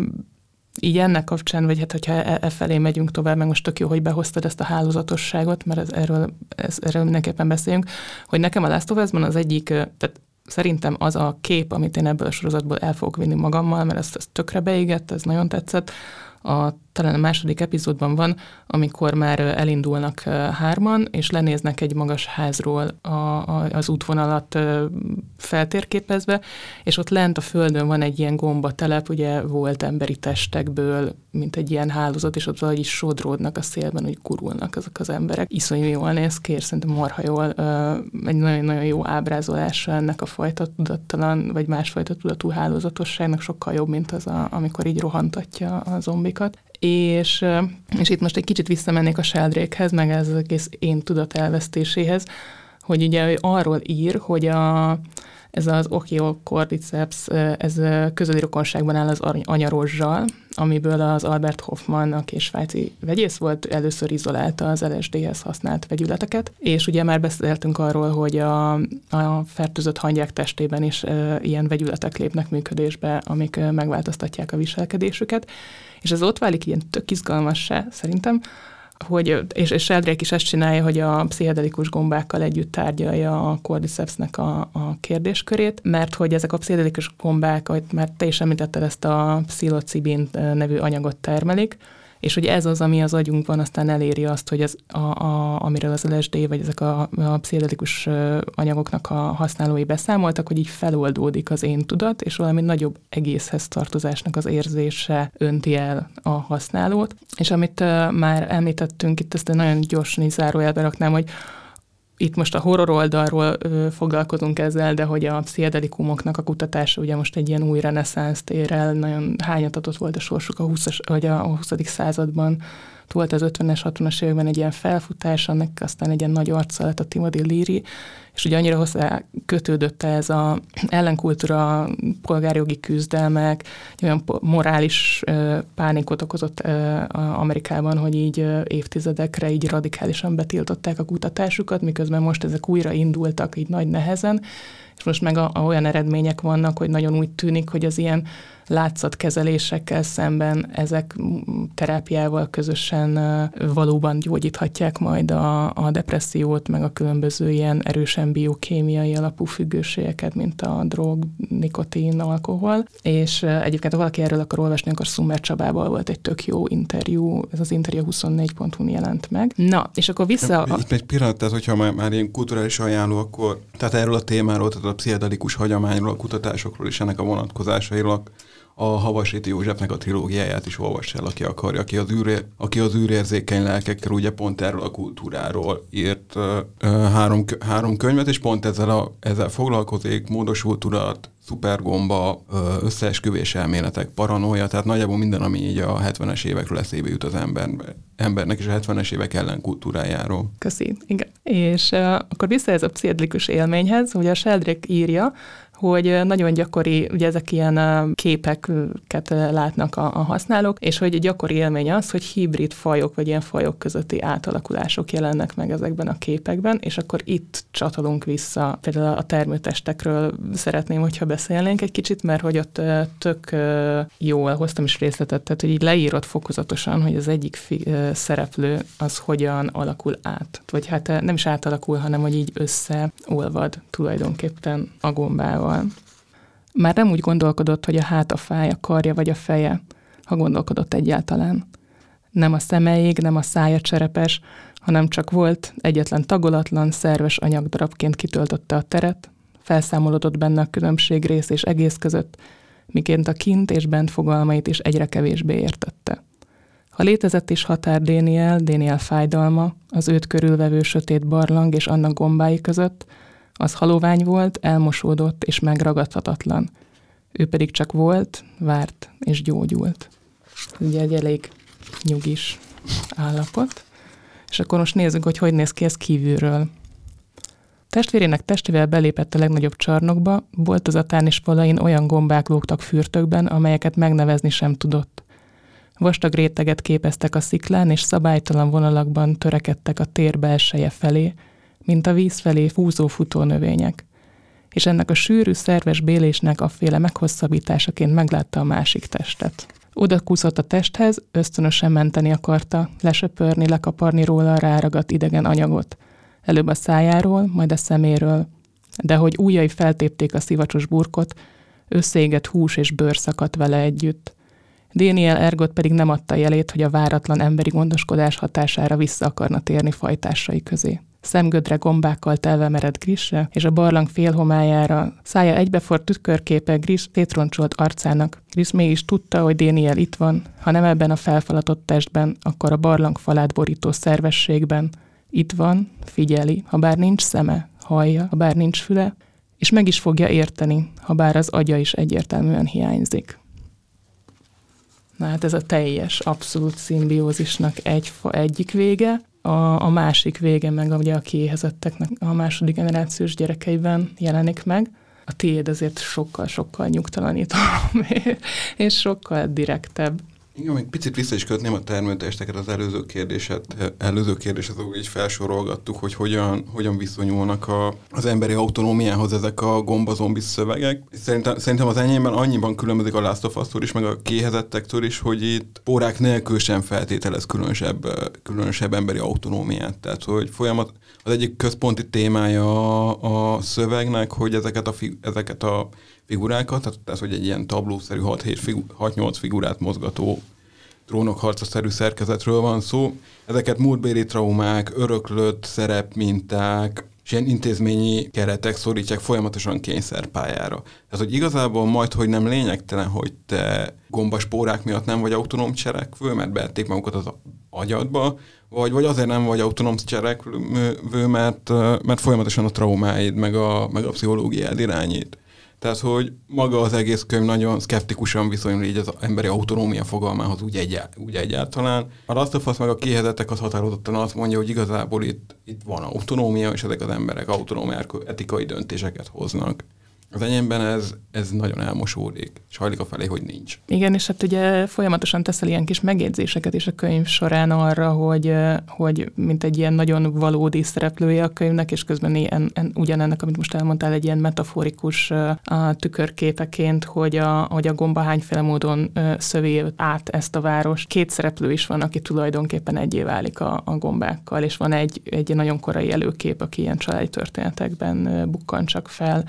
így ennek kapcsán, vagy hát hogyha felé megyünk tovább, meg most tök jó, hogy behoztad ezt a hálózatosságot, mert erről mindenképpen beszéljünk, hogy nekem a Last of Us-ban az egyik, tehát szerintem az a kép, amit én ebből a sorozatból el fogok vinni magammal, mert ez tökre beégett, ez nagyon tetszett, talán a második epizódban van, amikor már elindulnak hárman, és lenéznek egy magas házról az útvonalat feltérképezve, és ott lent a földön van egy ilyen gombatelep, ugye volt emberi testekből, mint egy ilyen hálózat, és ott valahogy is sodródnak a szélben, hogy gurulnak ezek az emberek. Iszonyú jól néz ki, és szerintem marha jól, egy nagyon-nagyon jó ábrázolása ennek a fajta tudattalan, vagy másfajta tudatú hálózatosságnak, sokkal jobb, mint az, amikor így rohantatja a zombikat. És itt most egy kicsit visszamennék a Sheldrakehez, meg ez az egész én tudat elvesztéséhez, hogy ugye arról ír, hogy ez az Ophiocordyceps, ez közeli rokonságban áll az anyarozsal, amiből az Albert Hoffman, aki svájci vegyész volt, először izolálta az LSD-hez használt vegyületeket, és ugye már beszéltünk arról, hogy a fertőzött hangyák testében is ilyen vegyületek lépnek működésbe, amik megváltoztatják a viselkedésüket, és ez ott válik ilyen tök izgalmassá szerintem, és Sheldrake is ezt csinálja, hogy a pszichedelikus gombákkal együtt tárgyalja a Cordycepsnek a kérdéskörét, mert hogy ezek a pszichedelikus gombák, ahogy már te is említetted, ezt a pszilocibin nevű anyagot termelik, és hogy ez az, ami az agyunkban aztán eléri azt, hogy amiről az LSD vagy ezek a pszichedelikus anyagoknak a használói beszámoltak, hogy így feloldódik az én tudat, és valami nagyobb egészhez tartozásnak az érzése önti el a használót. És amit már említettünk, itt ezt nagyon gyorsan is zárójelbe raknám, hogy itt most a horror oldalról foglalkozunk ezzel, de hogy a pszichedelikumoknak a kutatása ugye most egy ilyen új reneszánsz ér el, nagyon hányatatott volt a sorsuk a 20. században. Volt az 50-es, 60-as években egy ilyen felfutás, annak aztán egy ilyen nagy arccal lett a Timothy Leary, és ugye annyira hozzá kötődött ez az ellenkultúra, polgárjogi küzdelmek, olyan morális pánikot okozott Amerikában, hogy így évtizedekre így radikálisan betiltották a kutatásukat, miközben most ezek újra indultak így nagy nehezen, és most meg olyan eredmények vannak, hogy nagyon úgy tűnik, hogy az ilyen látszatkezelésekkel szemben ezek terápiával közösen valóban gyógyíthatják majd a depressziót, meg a különböző ilyen erősen biokémiai alapú függőségeket, mint a drog, nikotin, alkohol. És egyébként, ha valaki erről akar olvasni, akkor Summer Csabával volt egy tök jó interjú, ez az interjú 24.hu-n jelent meg. Na, és akkor vissza... Itt egy pillanat, tehát hogyha már ilyen kulturális ajánló, akkor tehát erről a témáról, tehát a pszichedelikus hagyományról, a kutatásokról és ennek a vonatkozásairól a Havasréti Józsefnek a trilógiáját is olvassa el, aki akarja, aki az űrérzékeny lelkekkel ugye pont erről a kultúráról írt három könyvet, és pont ezzel foglalkozik, módosult tudat, szupergomba, összeesküvés elméletek, paranoia, tehát nagyjából minden, ami így a 70-es évekről eszébe jut az embernek és a 70-es évek ellenkultúrájáról. Köszi, igen. És akkor vissza ez a pszichedelikus élményhez, hogy a Sheldrake írja, hogy nagyon gyakori, ugye ezek ilyen képeket látnak a használók, és hogy gyakori élmény az, hogy hibrid fajok, vagy ilyen fajok közötti átalakulások jelennek meg ezekben a képekben, és akkor itt csatolunk vissza. Például a termőtestekről szeretném, hogyha beszélnénk egy kicsit, mert hogy ott tök jól hoztam is részletet, tehát hogy így leírod fokozatosan, hogy az egyik szereplő az hogyan alakul át. Vagy hát nem is átalakul, hanem hogy így összeolvad tulajdonképpen a gombával. Már nem úgy gondolkodott, hogy a háta fáj, a karja vagy a feje, ha gondolkodott egyáltalán. Nem a szeme ég, nem a szája cserepes, hanem csak volt, egyetlen tagolatlan, szerves anyagdarabként kitöltötte a teret, felszámolódott benne a különbség rész és egész között, miként a kint és bent fogalmait is egyre kevésbé értette. Ha létezett is határ Déniel fájdalma, az őt körülvevő sötét barlang és annak gombái között, az halovány volt, elmosódott és megragadhatatlan. Ő pedig csak volt, várt és gyógyult. Ugye egy elég nyugis állapot. És akkor most nézzük, hogy néz ki ez kívülről. Testvérének testével belépett a legnagyobb csarnokba, boltozatán és falain olyan gombák lógtak fürtökben, amelyeket megnevezni sem tudott. Vastag réteget képeztek a sziklán, és szabálytalan vonalakban törekedtek a tér belseje felé, mint a víz felé húzó futónövények, és ennek a sűrű, szerves bélésnek afféle meghosszabbításaként meglátta a másik testet. Oda kúszott a testhez, ösztönösen menteni akarta, lesöpörni, lekaparni róla a ráragadt idegen anyagot, előbb a szájáról, majd a szeméről, de hogy ujjai feltépték a szivacsos burkot, összeégett hús és bőr szakadt vele együtt. Daniel Ergot pedig nem adta jelét, hogy a váratlan emberi gondoskodás hatására vissza akarna térni fajtársai közé. Szemgödre gombákkal telve mered Grisre, és a barlang félhomályára szája egybefort tükörképe Gris szétroncsolt arcának. Gris mégis tudta, hogy Daniel itt van, ha nem ebben a felfalatott testben, akkor a barlang falát borító szervességben. Itt van, figyeli, ha bár nincs szeme, hallja, ha bár nincs füle, és meg is fogja érteni, ha bár az agya is egyértelműen hiányzik. Na hát ez a teljes, abszolút szimbiózisnak egyik vége, a másik vége meg ugye a kiéhezetteknek a második generációs gyerekeiben jelenik meg. A tiéd azért sokkal nyugtalanítóbb, és sokkal direktebb. Igen, még picit vissza is kötném a termőtesteket az előző kérdéshez, ahol így felsorolgattuk, hogy hogyan viszonyulnak az emberi autonómiához ezek a gomba-zombi szövegek. Szerintem az enyémben annyiban különbözik a Last of Us-tól is, meg a kiéhezettektől is, hogy itt pórák nélkül sem feltételez különösebb emberi autonómiát. Tehát, hogy az egyik központi témája a szövegnek, hogy ezeket a figurákat, tehát hogy egy ilyen tablószerű 6-8 figurát mozgató trónokharca-szerű szerkezetről van szó. Ezeket múltbéli traumák, öröklött szerepminták, és ilyen intézményi keretek szorítják folyamatosan kényszerpályára. Tehát, hogy igazából majd, hogy nem lényegtelen, hogy te gombaspórák miatt nem vagy autonóm cselekvő, mert beették magukat az agyadba, vagy azért nem vagy autonóm cselekvő, mert folyamatosan a traumáid, meg a pszichológiád irányít. Tehát, hogy maga az egész könyv nagyon szkeptikusan viszonyul így az emberi autonómia fogalmához úgy egyáltalán. A Last of Us meg a kiéhezettek az határozottan azt mondja, hogy igazából itt van autonómia, és ezek az emberek autonóm etikai döntéseket hoznak. Az enyémben ez nagyon elmosódik, és hajlik a felé, hogy nincs. Igen, és hát ugye folyamatosan teszel ilyen kis megjegyzéseket is a könyv során arra, hogy mint egy ilyen nagyon valódi szereplője a könyvnek, és közben ugyanennek, amit most elmondtál, egy ilyen metaforikus tükörképeként, hogy a gomba hányféle módon szövi át ezt a várost. Két szereplő is van, aki tulajdonképpen egyé válik a gombákkal, és van egy nagyon korai előkép, aki ilyen családi történetekben bukkan csak fel.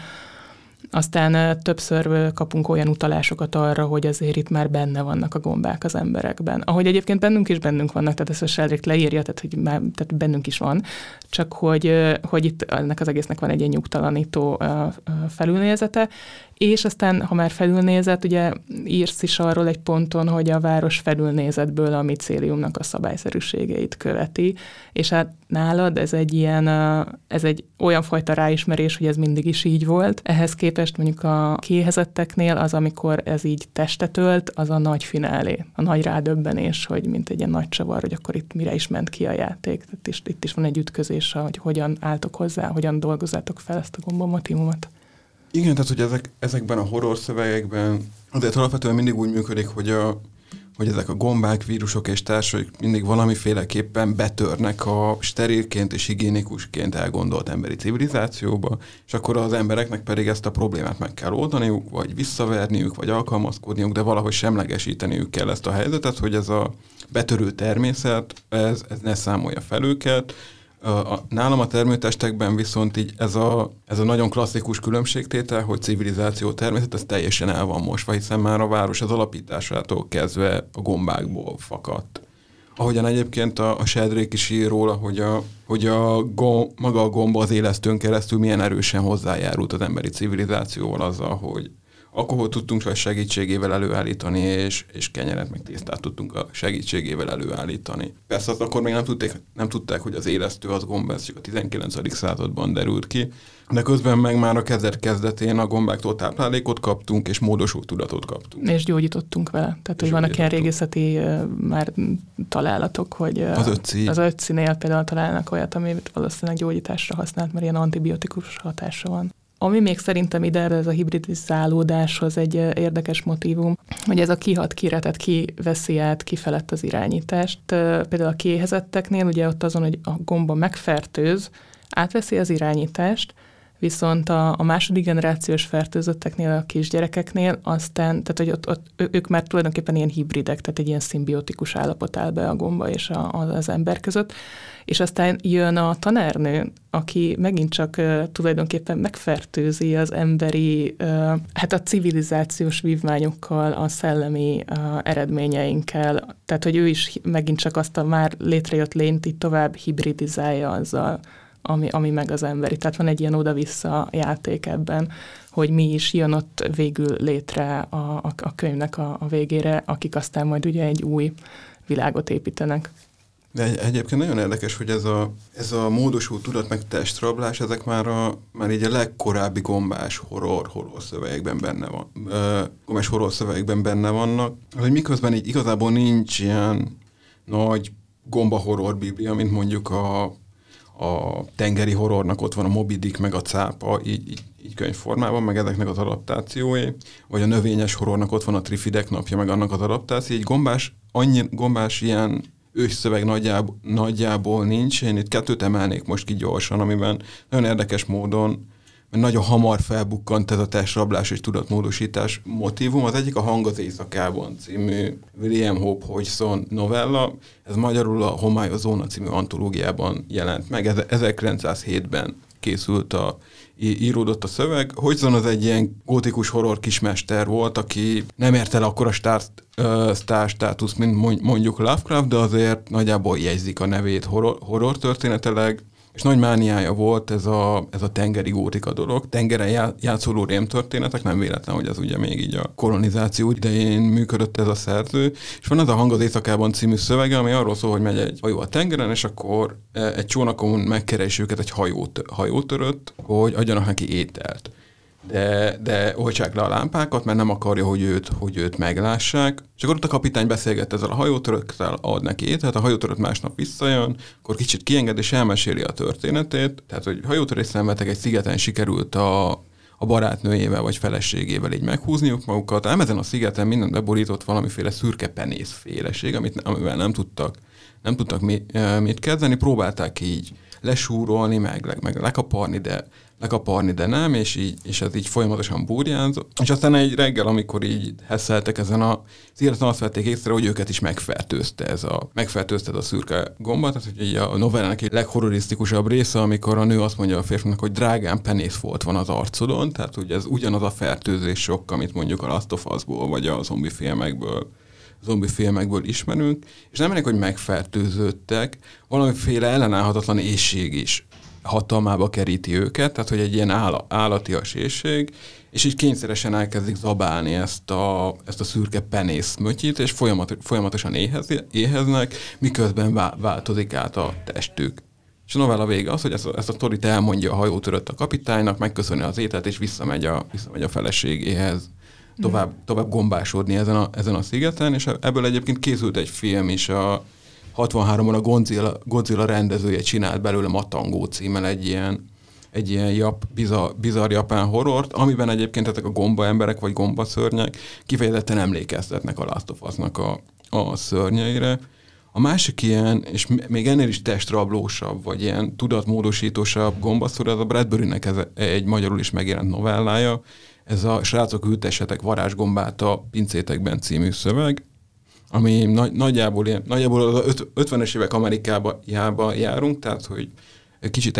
Aztán többször kapunk olyan utalásokat arra, hogy azért itt már benne vannak a gombák az emberekben. Ahogy egyébként bennünk vannak, tehát ezt a Sheldrake leírja, tehát bennünk is van, csak hogy itt ennek az egésznek van egy ilyen nyugtalanító felülnézete, és aztán, ha már felülnézet, ugye írsz is arról egy ponton, hogy a város felülnézetből a micéliumnak a szabályszerűségeit követi, és hát nálad ez egy olyan fajta ráismerés, hogy ez mindig is így volt. Ehhez képest mondjuk a kiéhezetteknél az, amikor ez így testet ölt, az a nagy finálé, a nagy rádöbbenés, hogy mint egy ilyen nagy csavar, hogy akkor itt mire is ment ki a játék. Tehát itt is van egy ütközés, hogy hogyan álltok hozzá, hogyan dolgozzátok fel ezt a gombamotivumot. Igen, tehát hogy ezekben a horror szövegekben azért alapvetően mindig úgy működik, hogy ezek a gombák, vírusok és társaik mindig valamiféleképpen betörnek a sterilként és higiénikusként elgondolt emberi civilizációba, és akkor az embereknek pedig ezt a problémát meg kell oldaniuk, vagy visszaverniük, vagy alkalmazkodniuk, de valahogy semlegesíteniük kell ezt a helyzetet, hogy ez a betörő természet, ez ne számolja fel őket. Nálam a termőtestekben viszont így ez a nagyon klasszikus különbségtétel, hogy civilizáció, természet, ez teljesen el van mosva, hiszen már a város az alapításától kezdve a gombákból fakadt. Ahogyan egyébként a Sheldrake is ír róla, hogy maga a gomba az élesztőn keresztül milyen erősen hozzájárult az emberi civilizációval azzal, hogy alkoholt tudtunk a segítségével előállítani, és kenyeret meg tésztát tudtunk a segítségével előállítani. Persze azt akkor még nem tudták, hogy az élesztő az gomba, ez csak a 19. században derült ki, de közben meg már a kezdetén a gombáktól táplálékot kaptunk, és módosult tudatot kaptunk. És gyógyítottunk vele. Tehát, hogy vannak ilyen régészeti már találatok, hogy az ötcinél például találnak olyat, amit valószínűleg gyógyításra használt, mert ilyen antibiotikus hatása van. Ami még szerintem ide ez a hibridizálódáshoz egy érdekes motívum, hogy ez a kihat kire, tehát ki veszi át kifelett az irányítást. Például a kiéhezetteknél ugye ott azon, hogy a gomba megfertőz, átveszi az irányítást, Viszont a második generációs fertőzötteknél, a kisgyerekeknél aztán, tehát hogy ott ők már tulajdonképpen ilyen hibridek, tehát egy ilyen szimbiotikus állapot áll be a gomba és az ember között, és aztán jön a tanárnő, aki megint csak tulajdonképpen megfertőzi az emberi, hát a civilizációs vívmányokkal, a szellemi eredményeinkkel, tehát hogy ő is megint csak azt a már létrejött lényt így tovább hibridizálja azzal, ami meg az emberi. Tehát van egy ilyen oda-vissza játék ebben, hogy mi is jön ott végül létre a könyvnek a végére, akik aztán majd ugye egy új világot építenek. De egyébként nagyon érdekes, hogy ez a módosult tudat meg testrablás, ezek már így a legkorábbi gombás horror szövegekben benne van. Gombás horror szövegekben benne vannak, hogy miközben így igazából nincs ilyen nagy gomba horror biblia, mint mondjuk a tengeri horrornak ott van a Moby Dick meg a cápa, így könyvformában, meg ezeknek az adaptációi, vagy a növényes horrornak ott van a Trifidek napja, meg annak az adaptáció, így gombás ilyen ősszöveg nagyjából nincs. Én itt 2 emelnék most ki gyorsan, amiben nagyon érdekes módon, mert nagyon hamar felbukkant ez a testrablás és tudatmódosítás motívum. Az egyik a Hang az éjszakában című William Hope Hodgson novella. Ez magyarul a Homályos zóna című antológiában jelent meg. 1907-ben készült íródott a szöveg. Hodgson az egy ilyen gótikus horror kismester volt, aki nem ért el akkora sztár státusz, mint mondjuk Lovecraft, de azért nagyjából jegyzik a nevét horror történetileg, és nagy mániája volt ez a tengeri gótika dolog. Tengeren játszóló rémtörténetek, nem véletlen, hogy ez ugye még így a kolonizáció idején működött ez a szerző. És van ez a Hang az éjszakában című szövege, ami arról szól, hogy megy egy hajó a tengeren, és akkor egy csónakon megkeresi őket egy hajótörött, hogy adjanak neki ételt. De oltsák le a lámpákat, mert nem akarja, hogy őt meglássák. És akkor ott a kapitány beszélget ezzel a hajótörökkel, ad neki ételt, a hajótörött másnap visszajön, akkor kicsit kienged és elmeséli a történetét. Tehát, hogy hajótörés szenvedtek, egy szigeten sikerült a barátnőjével vagy feleségével így meghúzniuk magukat. Ám ezen a szigeten mindent beborított valamiféle szürke penészféleség, amivel nem tudtak mit kezdeni. Próbálták így lesúrolni, meg lekaparni, de nem, és ez így folyamatosan burjánzott. És aztán egy reggel, amikor így hesszeltek ezen az életlen, azt vették észre, hogy őket is megfertőzte ez a szürke gomba. Tehát, hogy így a novellának egy leghorrorisztikusabb része, amikor a nő azt mondja a férfinak, hogy drágám, penészfolt van az arcodon, tehát hogy ez ugyanaz a fertőzés sok, amit mondjuk a Last of Us-ból, vagy a zombi filmekből ismerünk, és nem elég, hogy megfertőződtek, valamiféle ellenállhatatlan éhség is hatalmába keríti őket, tehát hogy egy ilyen állatias éhség, és így kényszeresen elkezdik zabálni ezt a szürke penész mötyit, és folyamatosan éheznek, miközben változik át a testük. És a novella vége az, hogy ezt a sztorit elmondja a hajótörött a kapitánynak, megköszöni az ételt, és visszamegy a feleségéhez tovább gombásodni ezen a szigeten, és ebből egyébként készült egy film is, a 63-ban a Godzilla rendezője csinált belőle Matangó címmel egy ilyen bizarr japán horrort, amiben egyébként ezek a gomba emberek vagy gomba szörnyek kifejezetten emlékeztetnek a Last of Us-nak a szörnyeire. A másik ilyen, és még ennél is testrablósabb, vagy ilyen tudatmódosítósabb gombasztor, ez a Bradburynek egy magyarul is megjelent novellája, ez a Srácok, ültessetek varázsgombát a pincétekben című szöveg, ami nagyjából az 50-es évek Amerikába járunk, tehát hogy kicsit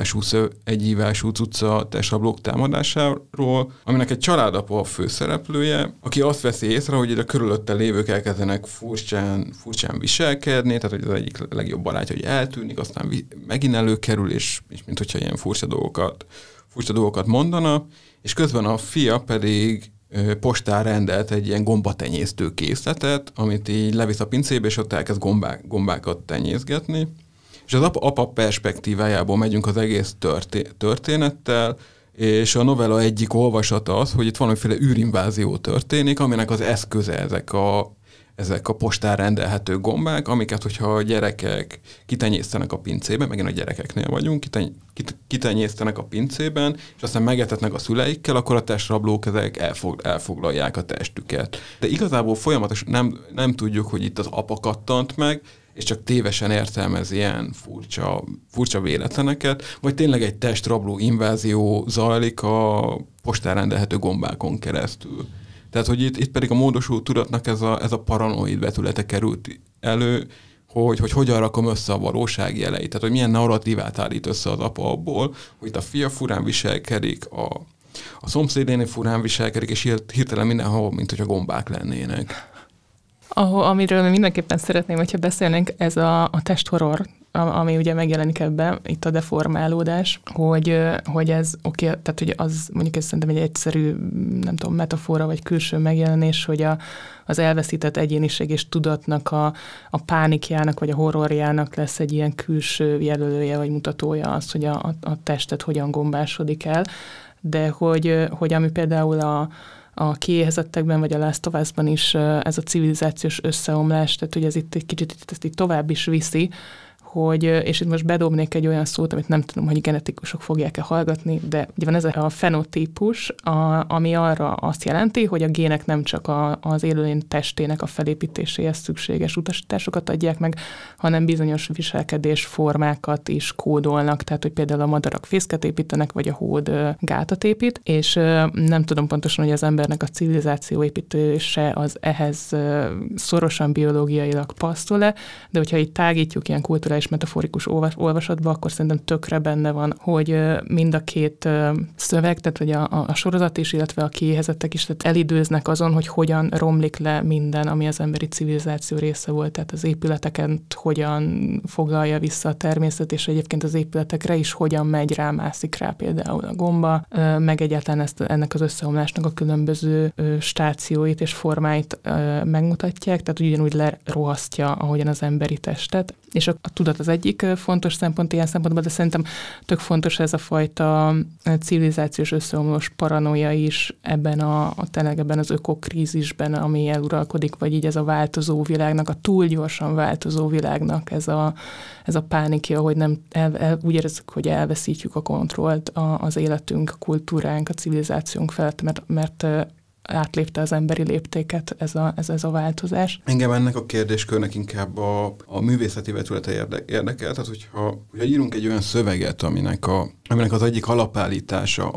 egyívású cucca testrablók támadásáról, aminek egy családapa a főszereplője, aki azt veszi észre, hogy a körülötte lévők elkezdenek furcsán viselkedni, tehát hogy az egyik legjobb barátja, hogy eltűnik, aztán megint előkerül, és mint hogyha ilyen furcsa dolgokat mondana, és közben a fia pedig postán rendelt egy ilyen gombatenyésztő készletet, amit így levisz a pincébe, és ott elkezd gombákat tenyészgetni. És az apa perspektívájából megyünk az egész történettel, és a novella egyik olvasata az, hogy itt valamiféle űrinvázió történik, aminek az eszköze ezek a postán rendelhető gombák, amiket, hogyha a gyerekek kitenyésztenek a pincében, megint a gyerekeknél vagyunk, kitenyésztenek a pincében, és aztán megetetnek a szüleikkel, akkor a testrablók ezek elfoglalják a testüket. De igazából folyamatosan nem tudjuk, hogy itt az apa kattant meg, és csak tévesen értelmez ilyen furcsa véletleneket, vagy tényleg egy testrabló invázió zajlik a postán rendelhető gombákon keresztül. Tehát, hogy itt pedig a módosult tudatnak ez a paranoid vetülete került elő, hogy hogyan rakom össze a valóság jeleit. Tehát, hogy milyen narratívát állít össze az apa abból, hogy itt a fia furán viselkedik, a szomszédénél furán viselkedik, és hirtelen mindenhol, mint hogy a gombák lennének. Amiről mindenképpen szeretném, hogyha beszélnénk, ez a testhorror, ami ugye megjelenik ebben, itt a deformálódás, hogy ez oké, tehát hogy az mondjuk ez szerintem egy egyszerű, nem tudom, metafora vagy külső megjelenés, hogy az elveszített egyéniség és tudatnak a pánikjának vagy a horrorjának lesz egy ilyen külső jelölője vagy mutatója az, hogy a testet hogyan gombásodik el, de hogy ami például a kiéhezettekben, vagy a Last of Us-ban is ez a civilizációs összeomlás, tehát hogy ez itt egy kicsit ezt itt tovább is viszi, és itt most bedobnék egy olyan szót, amit nem tudom, hogy genetikusok fogják-e hallgatni, de ugye van ez a fenotípus, ami arra azt jelenti, hogy a gének nem csak az élőlény testének a felépítéséhez szükséges utasításokat adják meg, hanem bizonyos viselkedésformákat is kódolnak, tehát hogy például a madarak fészket építenek, vagy a hód gátat épít, és nem tudom pontosan, hogy az embernek a civilizáció építése az ehhez szorosan biológiailag passzol-e, de hogyha itt tágítjuk ilyen kulturális metaforikus olvasatba, akkor szerintem tökre benne van, hogy mind a két szöveg, tehát hogy a sorozat is, illetve a kiéhezettek is, tehát elidőznek azon, hogy hogyan romlik le minden, ami az emberi civilizáció része volt, tehát az épületeken hogyan foglalja vissza a természet, és egyébként az épületekre is hogyan megy rá, mászik rá például a gomba, meg egyáltalán ennek az összeomlásnak a különböző stációit és formáit megmutatják, tehát ugyanúgy lerohasztja, ahogyan az emberi testet. És a tudat az egyik fontos szempont ilyen szempontból, de szerintem tök fontos ez a fajta civilizációs összeomlós paranoia is tényleg ebben az ökokrízisben, ami eluralkodik, vagy így ez a változó világnak, a túl gyorsan változó világnak ez a pánikja, hogy nem úgy érezzük, hogy elveszítjük a kontrollt az életünk, a kultúránk, a civilizációnk felett, mert átlépte az emberi léptéket ez a változás. Engem ennek a kérdéskörnek inkább a művészeti vetülete érdekel, tehát hogyha írunk egy olyan szöveget, aminek az egyik alapállítása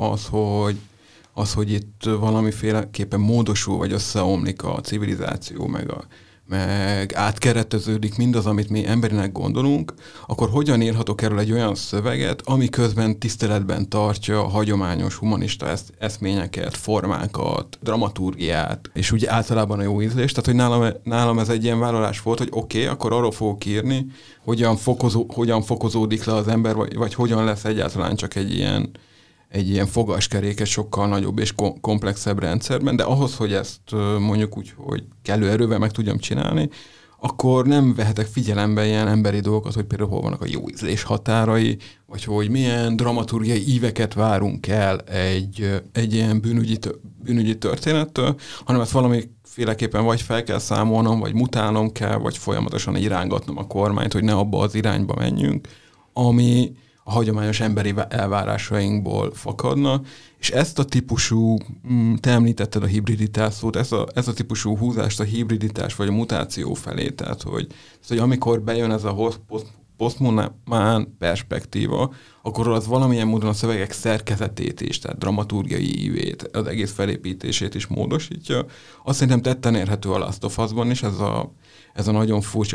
az, hogy itt valamiféleképpen módosul, vagy összeomlik a civilizáció, meg átkereteződik mindaz, amit mi emberinek gondolunk, akkor hogyan írhatok erről egy olyan szöveget, ami közben tiszteletben tartja a hagyományos humanista eszményeket, formákat, dramaturgiát, és úgy általában a jó ízlést. Tehát, hogy nálam ez egy ilyen vállalás volt, hogy oké, akkor arról fogok írni, hogyan fokozódik le az ember, vagy hogyan lesz egyáltalán csak egy ilyen fogaskerék egy sokkal nagyobb és komplexebb rendszerben, de ahhoz, hogy ezt mondjuk úgy, hogy kellő erővel meg tudjam csinálni, akkor nem vehetek figyelembe ilyen emberi dolgokat, hogy például hol vannak a jó ízlés határai, vagy hogy milyen dramaturgiai íveket várunk el egy ilyen bűnügyi történettől, hanem ezt valamiféleképpen vagy fel kell számolnom, vagy mutálnom kell, vagy folyamatosan irángatnom a kormányt, hogy ne abba az irányba menjünk, ami a hagyományos emberi elvárásainkból fakadna, és ezt a típusú, te említetted a hibriditás szót, ez a típusú húzást a hibriditás vagy a mutáció felé, tehát hogy amikor bejön ez a posztmodern perspektíva, akkor az valamilyen módon a szövegek szerkezetét is, tehát dramaturgiai ívét, az egész felépítését is módosítja. Azt szerintem tetten érhető a Last of Us-ban is, ez a nagyon furcsa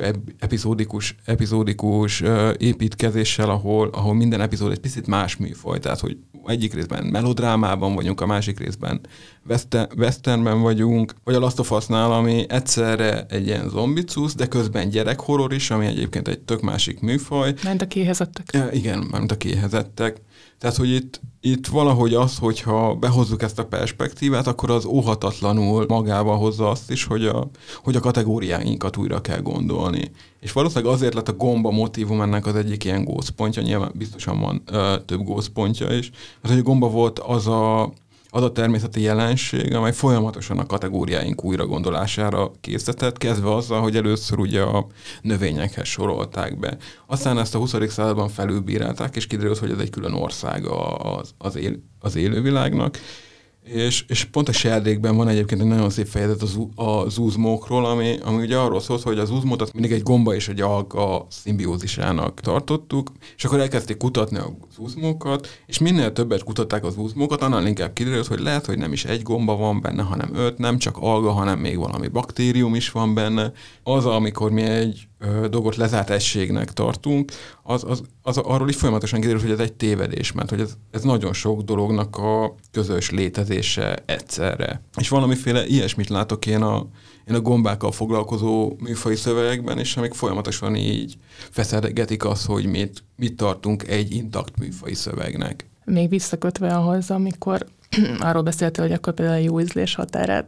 epizódikus építkezéssel, ahol minden epizód egy picit más műfaj, tehát hogy egyik részben melodrámában vagyunk, a másik részben westernben vagyunk, vagy a Last of Us-nál, ami egyszerre egy ilyen zombicusz, de közben gyerekhorror is, ami egyébként egy tök másik műfaj. Ment a kiéhezettek. Ja, igen, ment a kiéhezettek. Tehát, hogy itt valahogy az, hogyha behozzuk ezt a perspektívát, akkor az óhatatlanul magával hozza azt is, hogy a kategóriáinkat újra kell gondolni. És valószínűleg azért lett a gomba motívum ennek az egyik ilyen gócpontja, nyilván biztosan van több gócpontja is, mert hogy a gomba volt az a természeti jelenség, amely folyamatosan a kategóriáink újra gondolására készített, kezdve azzal, hogy először ugye a növényekhez sorolták be. Aztán ezt a 20. században felülbírálták, és kiderült, hogy ez egy külön ország az élővilágnak. És pont a Sheldrékben van egyébként egy nagyon szép fejezet az uzmókról, ami ugye arról szólt, hogy az uzmót azt mindig egy gomba és egy alga szimbiózisának tartottuk, és akkor elkezdték kutatni az uzmókat, és minél többet kutatták az uzmókat, annál inkább kiderült, hogy lehet, hogy nem is egy gomba van benne, hanem 5, nem csak alga, hanem még valami baktérium is van benne. Az, amikor mi egy dolgot lezárt egységnek tartunk, az arról is folyamatosan kiderült, hogy ez egy tévedés, mert hogy ez nagyon sok dolognak a közös létezése egyszerre. És valamiféle ilyesmit látok én a gombákkal foglalkozó műfaji szövegekben, és amik folyamatosan így feszegetik azt, hogy mit tartunk egy intakt műfaji szövegnek. Még visszakötve ahhoz, amikor arról beszéltél, hogy akkor például a jó ízlés határát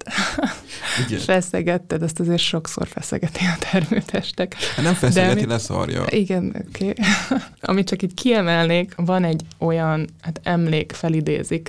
feszegetted, ezt azért sokszor feszegeti a termőtestek. Nem feszegeti, leszarja. Igen, oké. Amit csak így kiemelnék, van egy olyan emlék, felidézik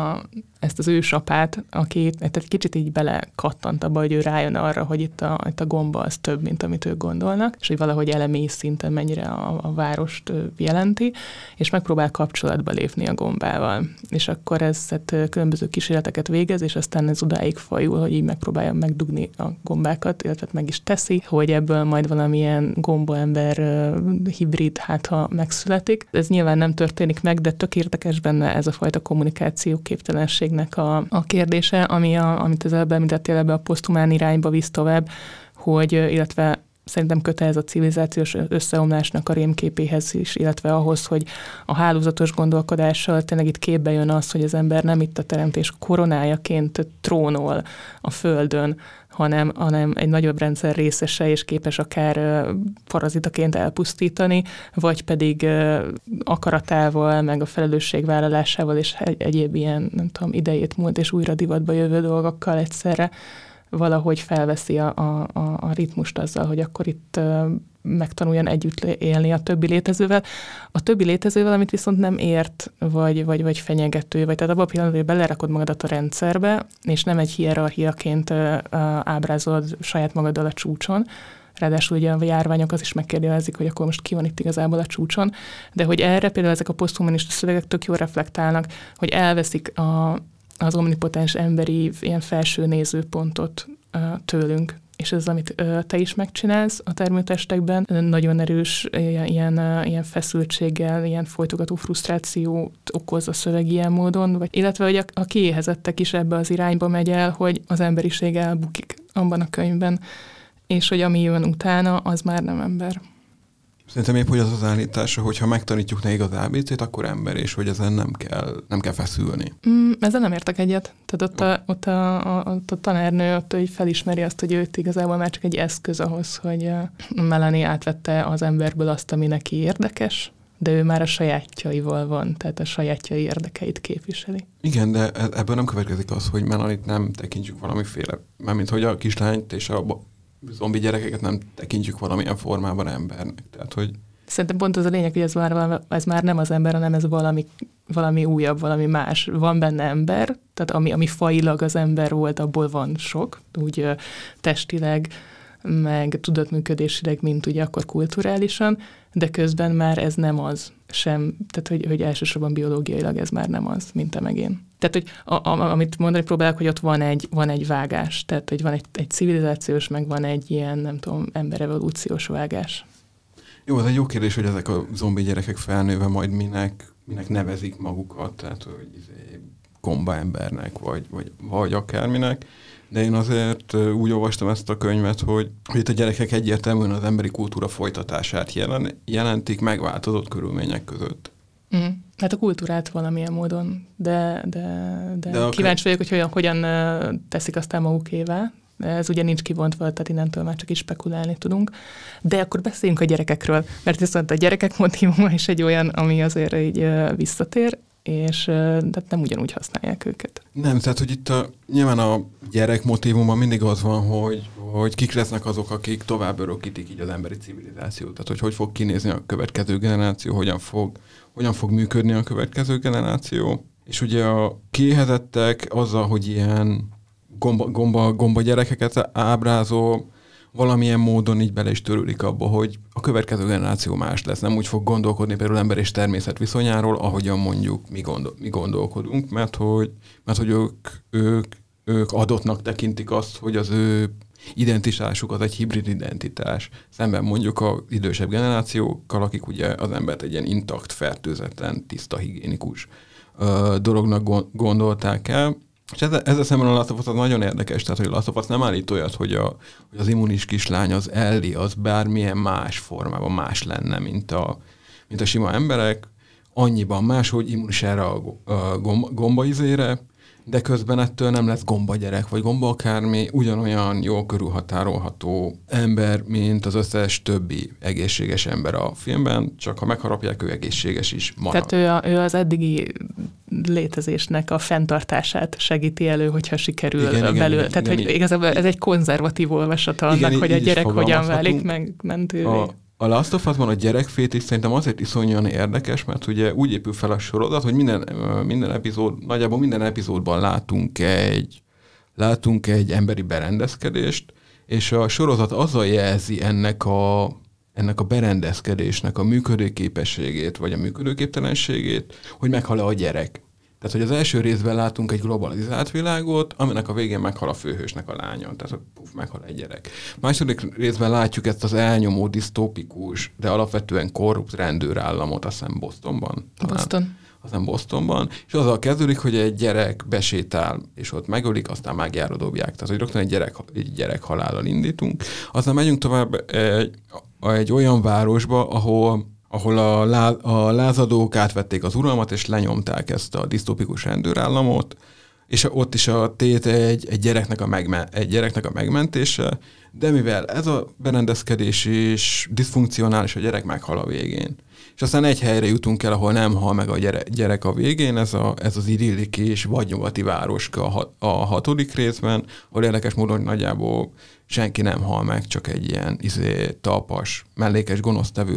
ezt az ősapát, aki egy kicsit így belekattant abba, hogy ő rájön arra, hogy itt a gomba az több, mint amit ők gondolnak, és hogy valahogy elemi szinten mennyire a várost jelenti, és megpróbál kapcsolatba lépni a gombával. És akkor ez különböző kísérleteket végez, és aztán ez odáig fajul, hogy így megpróbálja megdugni a gombákat, illetve meg is teszi, hogy ebből majd valamilyen gombaember hibrid ha megszületik. Ez nyilván nem történik meg, de tök érdekes benne ez a fajta kommunikáció képtelenségnek a kérdése, amit az előbb említettél, ebbe a poszthumán irányba visz tovább, hogy illetve szerintem kötelez a civilizációs összeomlásnak a rémképéhez is, illetve ahhoz, hogy a hálózatos gondolkodással tényleg itt képbe jön az, hogy az ember nem itt a teremtés koronájaként trónol a Földön, hanem egy nagyobb rendszer részese, és képes akár parazitaként elpusztítani, vagy pedig akaratával, meg a felelősségvállalásával, és egyéb ilyen, nem tudom, idejét múlt és újra divatba jövő dolgokkal egyszerre valahogy felveszi a ritmust azzal, hogy akkor itt megtanuljon együtt élni a többi létezővel. A többi létezővel, amit viszont nem ért, vagy fenyegető, vagy tehát abban a pillanatban, hogy belerakod magadat a rendszerbe, és nem egy hierarchiaként ábrázolod saját magaddal a csúcson, ráadásul ugye a járványok az is megkérdőjelezik, hogy akkor most ki van itt igazából a csúcson, de hogy erre például ezek a poszthumanista szövegek tök jól reflektálnak, hogy elveszik az omnipotens emberi ilyen felső nézőpontot tőlünk. És ez, amit te is megcsinálsz a termőtestekben, nagyon erős ilyen feszültséggel, ilyen folytogató frusztrációt okoz a szöveg ilyen módon, illetve hogy a kiéhezettek is ebbe az irányba megy el, hogy az emberiség elbukik abban a könyvben, és hogy ami jön utána, az már nem ember. Szerintem épp, hogy az az állítása, hogy ha megtanítjuk nekik az ABC-t, akkor ember, és hogy ezen nem kell feszülni. Ezzel nem értek egyet. Tehát ott a tanárnő ott így felismeri azt, hogy őt igazából már csak egy eszköz ahhoz, hogy Melanie átvette az emberből azt, ami neki érdekes, de ő már a sajátjaival van, tehát a sajátjai érdekeit képviseli. Igen, de ebből nem következik az, hogy Melanie-t nem tekintjük valamiféle, mármint hogy a kislányt és a zombi gyerekeket nem tekintjük valamilyen formában embernek. Tehát, hogy... Szerintem pont az a lényeg, hogy ez már nem az ember, hanem ez valami újabb, valami más. Van benne ember, tehát ami fajilag az ember volt, abból van sok, úgy testileg, meg tudatműködésileg, mint ugye akkor kulturálisan, de közben már ez nem az sem, tehát hogy elsősorban biológiailag ez már nem az, mint te meg én. Tehát, hogy amit mondani próbálok, hogy ott van egy vágás, tehát, hogy van egy civilizációs, meg van egy ilyen, nem tudom, emberevolúciós vágás. Jó, ez egy jó kérdés, hogy ezek a zombi gyerekek felnőve majd minek nevezik magukat, tehát, hogy gomba embernek, vagy akárminek. De én azért úgy olvastam ezt a könyvet, hogy itt a gyerekek egyértelműen az emberi kultúra folytatását jelentik megváltozott körülmények között. Hát a kultúrát valamilyen módon, de kíváncsi vagyok, hogy hogyan teszik aztán magukévá. Ez ugye nincs kibontva, tehát innentől már csak is spekulálni tudunk. De akkor beszéljünk a gyerekekről, mert viszont a gyerekek motívuma is egy olyan, ami azért így visszatér, és tehát nem ugyanúgy használják őket. Nem, tehát hogy itt nyilván a gyerek motívuma mindig az van, hogy kik lesznek azok, akik tovább örökítik így az emberi civilizációt. Tehát hogy fog kinézni a következő generáció, hogyan fog működni a következő generáció. És ugye a kiéhezettek azzal, hogy ilyen gomba gyerekeket ábrázol, valamilyen módon így bele is törődik abba, hogy a következő generáció más lesz. Nem úgy fog gondolkodni például ember és természet viszonyáról, ahogyan mondjuk mi gondolkodunk, mert hogy ők adottnak tekintik azt, hogy az ő identitásuk az egy hibrid identitás. Szemben mondjuk az idősebb generációkkal, akik ugye az embert egy ilyen intakt, fertőzetlen, tiszta, higiénikus dolognak gondolták el. És ezzel szemben a Last of Us az nagyon érdekes, tehát hogy a Last of Us nem állít olyat, hogy az immunis kislány, az Ellie, az bármilyen más formában más lenne, mint a sima emberek, annyiban más, hogy immunis erre a gombaizére, de közben ettől nem lesz gombagyerek, vagy gomba akármi, ugyanolyan jól körülhatárolható ember, mint az összes többi egészséges ember a filmben, csak ha megharapják, ő egészséges is marad. Tehát ő az eddigi létezésnek a fenntartását segíti elő, hogyha sikerül belőle. Tehát, hogy igazából ez egy konzervatív olvasata annak, hogy a gyerek hogyan válik meg mentővé. A Last of Us-ban a gyerekfétis szerintem azért iszonyúan érdekes, mert ugye úgy épül fel a sorozat, hogy nagyjából minden epizódban látunk egy emberi berendezkedést, és a sorozat azzal jelzi ennek a berendezkedésnek a működőképességét, vagy a működőképtelenségét, hogy meghal-e a gyerek. Tehát, hogy az első részben látunk egy globalizált világot, aminek a végén meghal a főhősnek a lánya. Tehát, meghal egy gyerek. Második részben látjuk ezt az elnyomó, disztópikus, de alapvetően korrupt rendőrállamot, azt hiszem Bostonban. És azzal kezdődik, hogy egy gyerek besétál, és ott megölik, aztán mágiára dobják. Tehát, hogy rögtön egy gyerek halállal indítunk. Aztán megyünk tovább egy olyan városba, ahol a lázadók átvették az uralmat, és lenyomták ezt a disztópikus rendőrállamot, és ott is a tét egy gyereknek a megmentése, de mivel ez a berendezkedés is diszfunkcionális, a gyerek meghal a végén. És aztán egy helyre jutunk el, ahol nem hal meg a gyerek a végén, ez az idillik és vadnyugati városka a 6. részben, ahol érdekes módon nagyjából senki nem hal meg, csak egy ilyen talpas, mellékes gonosztevő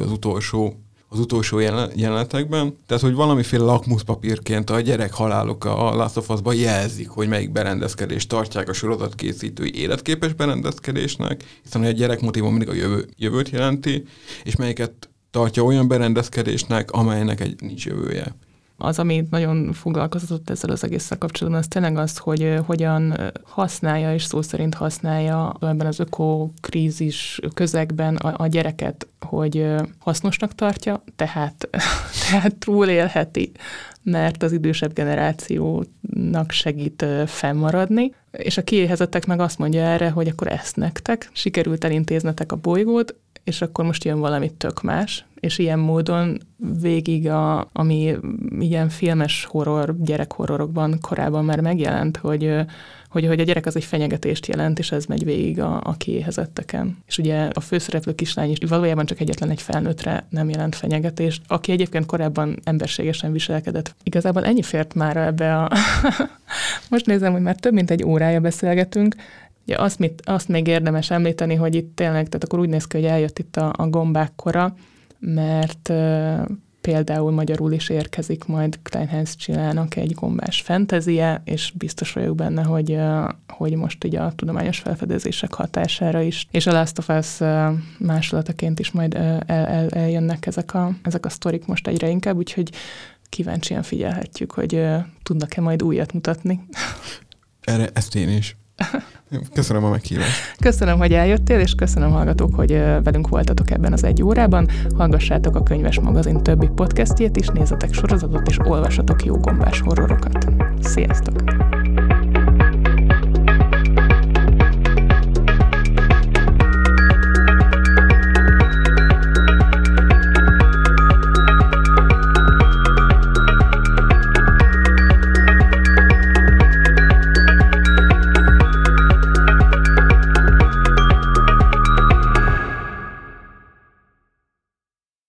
az utolsó jelenetekben. Tehát, hogy valamiféle lakmuszpapírként a gyerek halálok a Last of Us-ban jelzik, hogy melyik berendezkedést tartják a sorozat készítői életképes berendezkedésnek, hiszen a gyerek motivum mindig a jövőt jelenti, és melyiket tartja olyan berendezkedésnek, amelynek nincs jövője. Az, ami nagyon foglalkozott ezzel az egésszel kapcsolatban, az tényleg az, hogy hogyan használja, és szó szerint használja ebben az ökokrízis közegben a gyereket, hogy hasznosnak tartja, tehát túlélheti, mert az idősebb generációnak segít fennmaradni, és a kiéhezettek meg azt mondja erre, hogy akkor ezt nektek, sikerült elintéznetek a bolygót, és akkor most jön valami tök más, és ilyen módon végig, ami ilyen filmes horror, gyerekhorrorokban korábban már megjelent, hogy a gyerek az egy fenyegetést jelent, és ez megy végig a kiéhezetteken. És ugye a főszereplő kislány is valójában csak egyetlen egy felnőttre nem jelent fenyegetést, aki egyébként korábban emberségesen viselkedett. Igazából ennyi fért már ebbe Most nézem, hogy már több mint egy órája beszélgetünk. Ja, azt még érdemes említeni, hogy itt tényleg, tehát akkor úgy néz ki, hogy eljött itt a gombák kora, mert például magyarul is érkezik majd Kleinheinz Csillának egy gombás fantasie, és biztos vagyok benne, hogy most így a tudományos felfedezések hatására is, és a Last of Us másolataként is majd eljönnek ezek a sztorik most egyre inkább, úgyhogy kíváncsian figyelhetjük, hogy tudnak-e majd újat mutatni. Ezt én is. Köszönöm a meghívást. Köszönöm, hogy eljöttél, és köszönöm, hallgatók, hogy velünk voltatok ebben az 1 órában. Hallgassátok a Könyves Magazin többi podcastjét is, nézzetek sorozatot, és olvassatok jó gombás horrorokat. Sziasztok!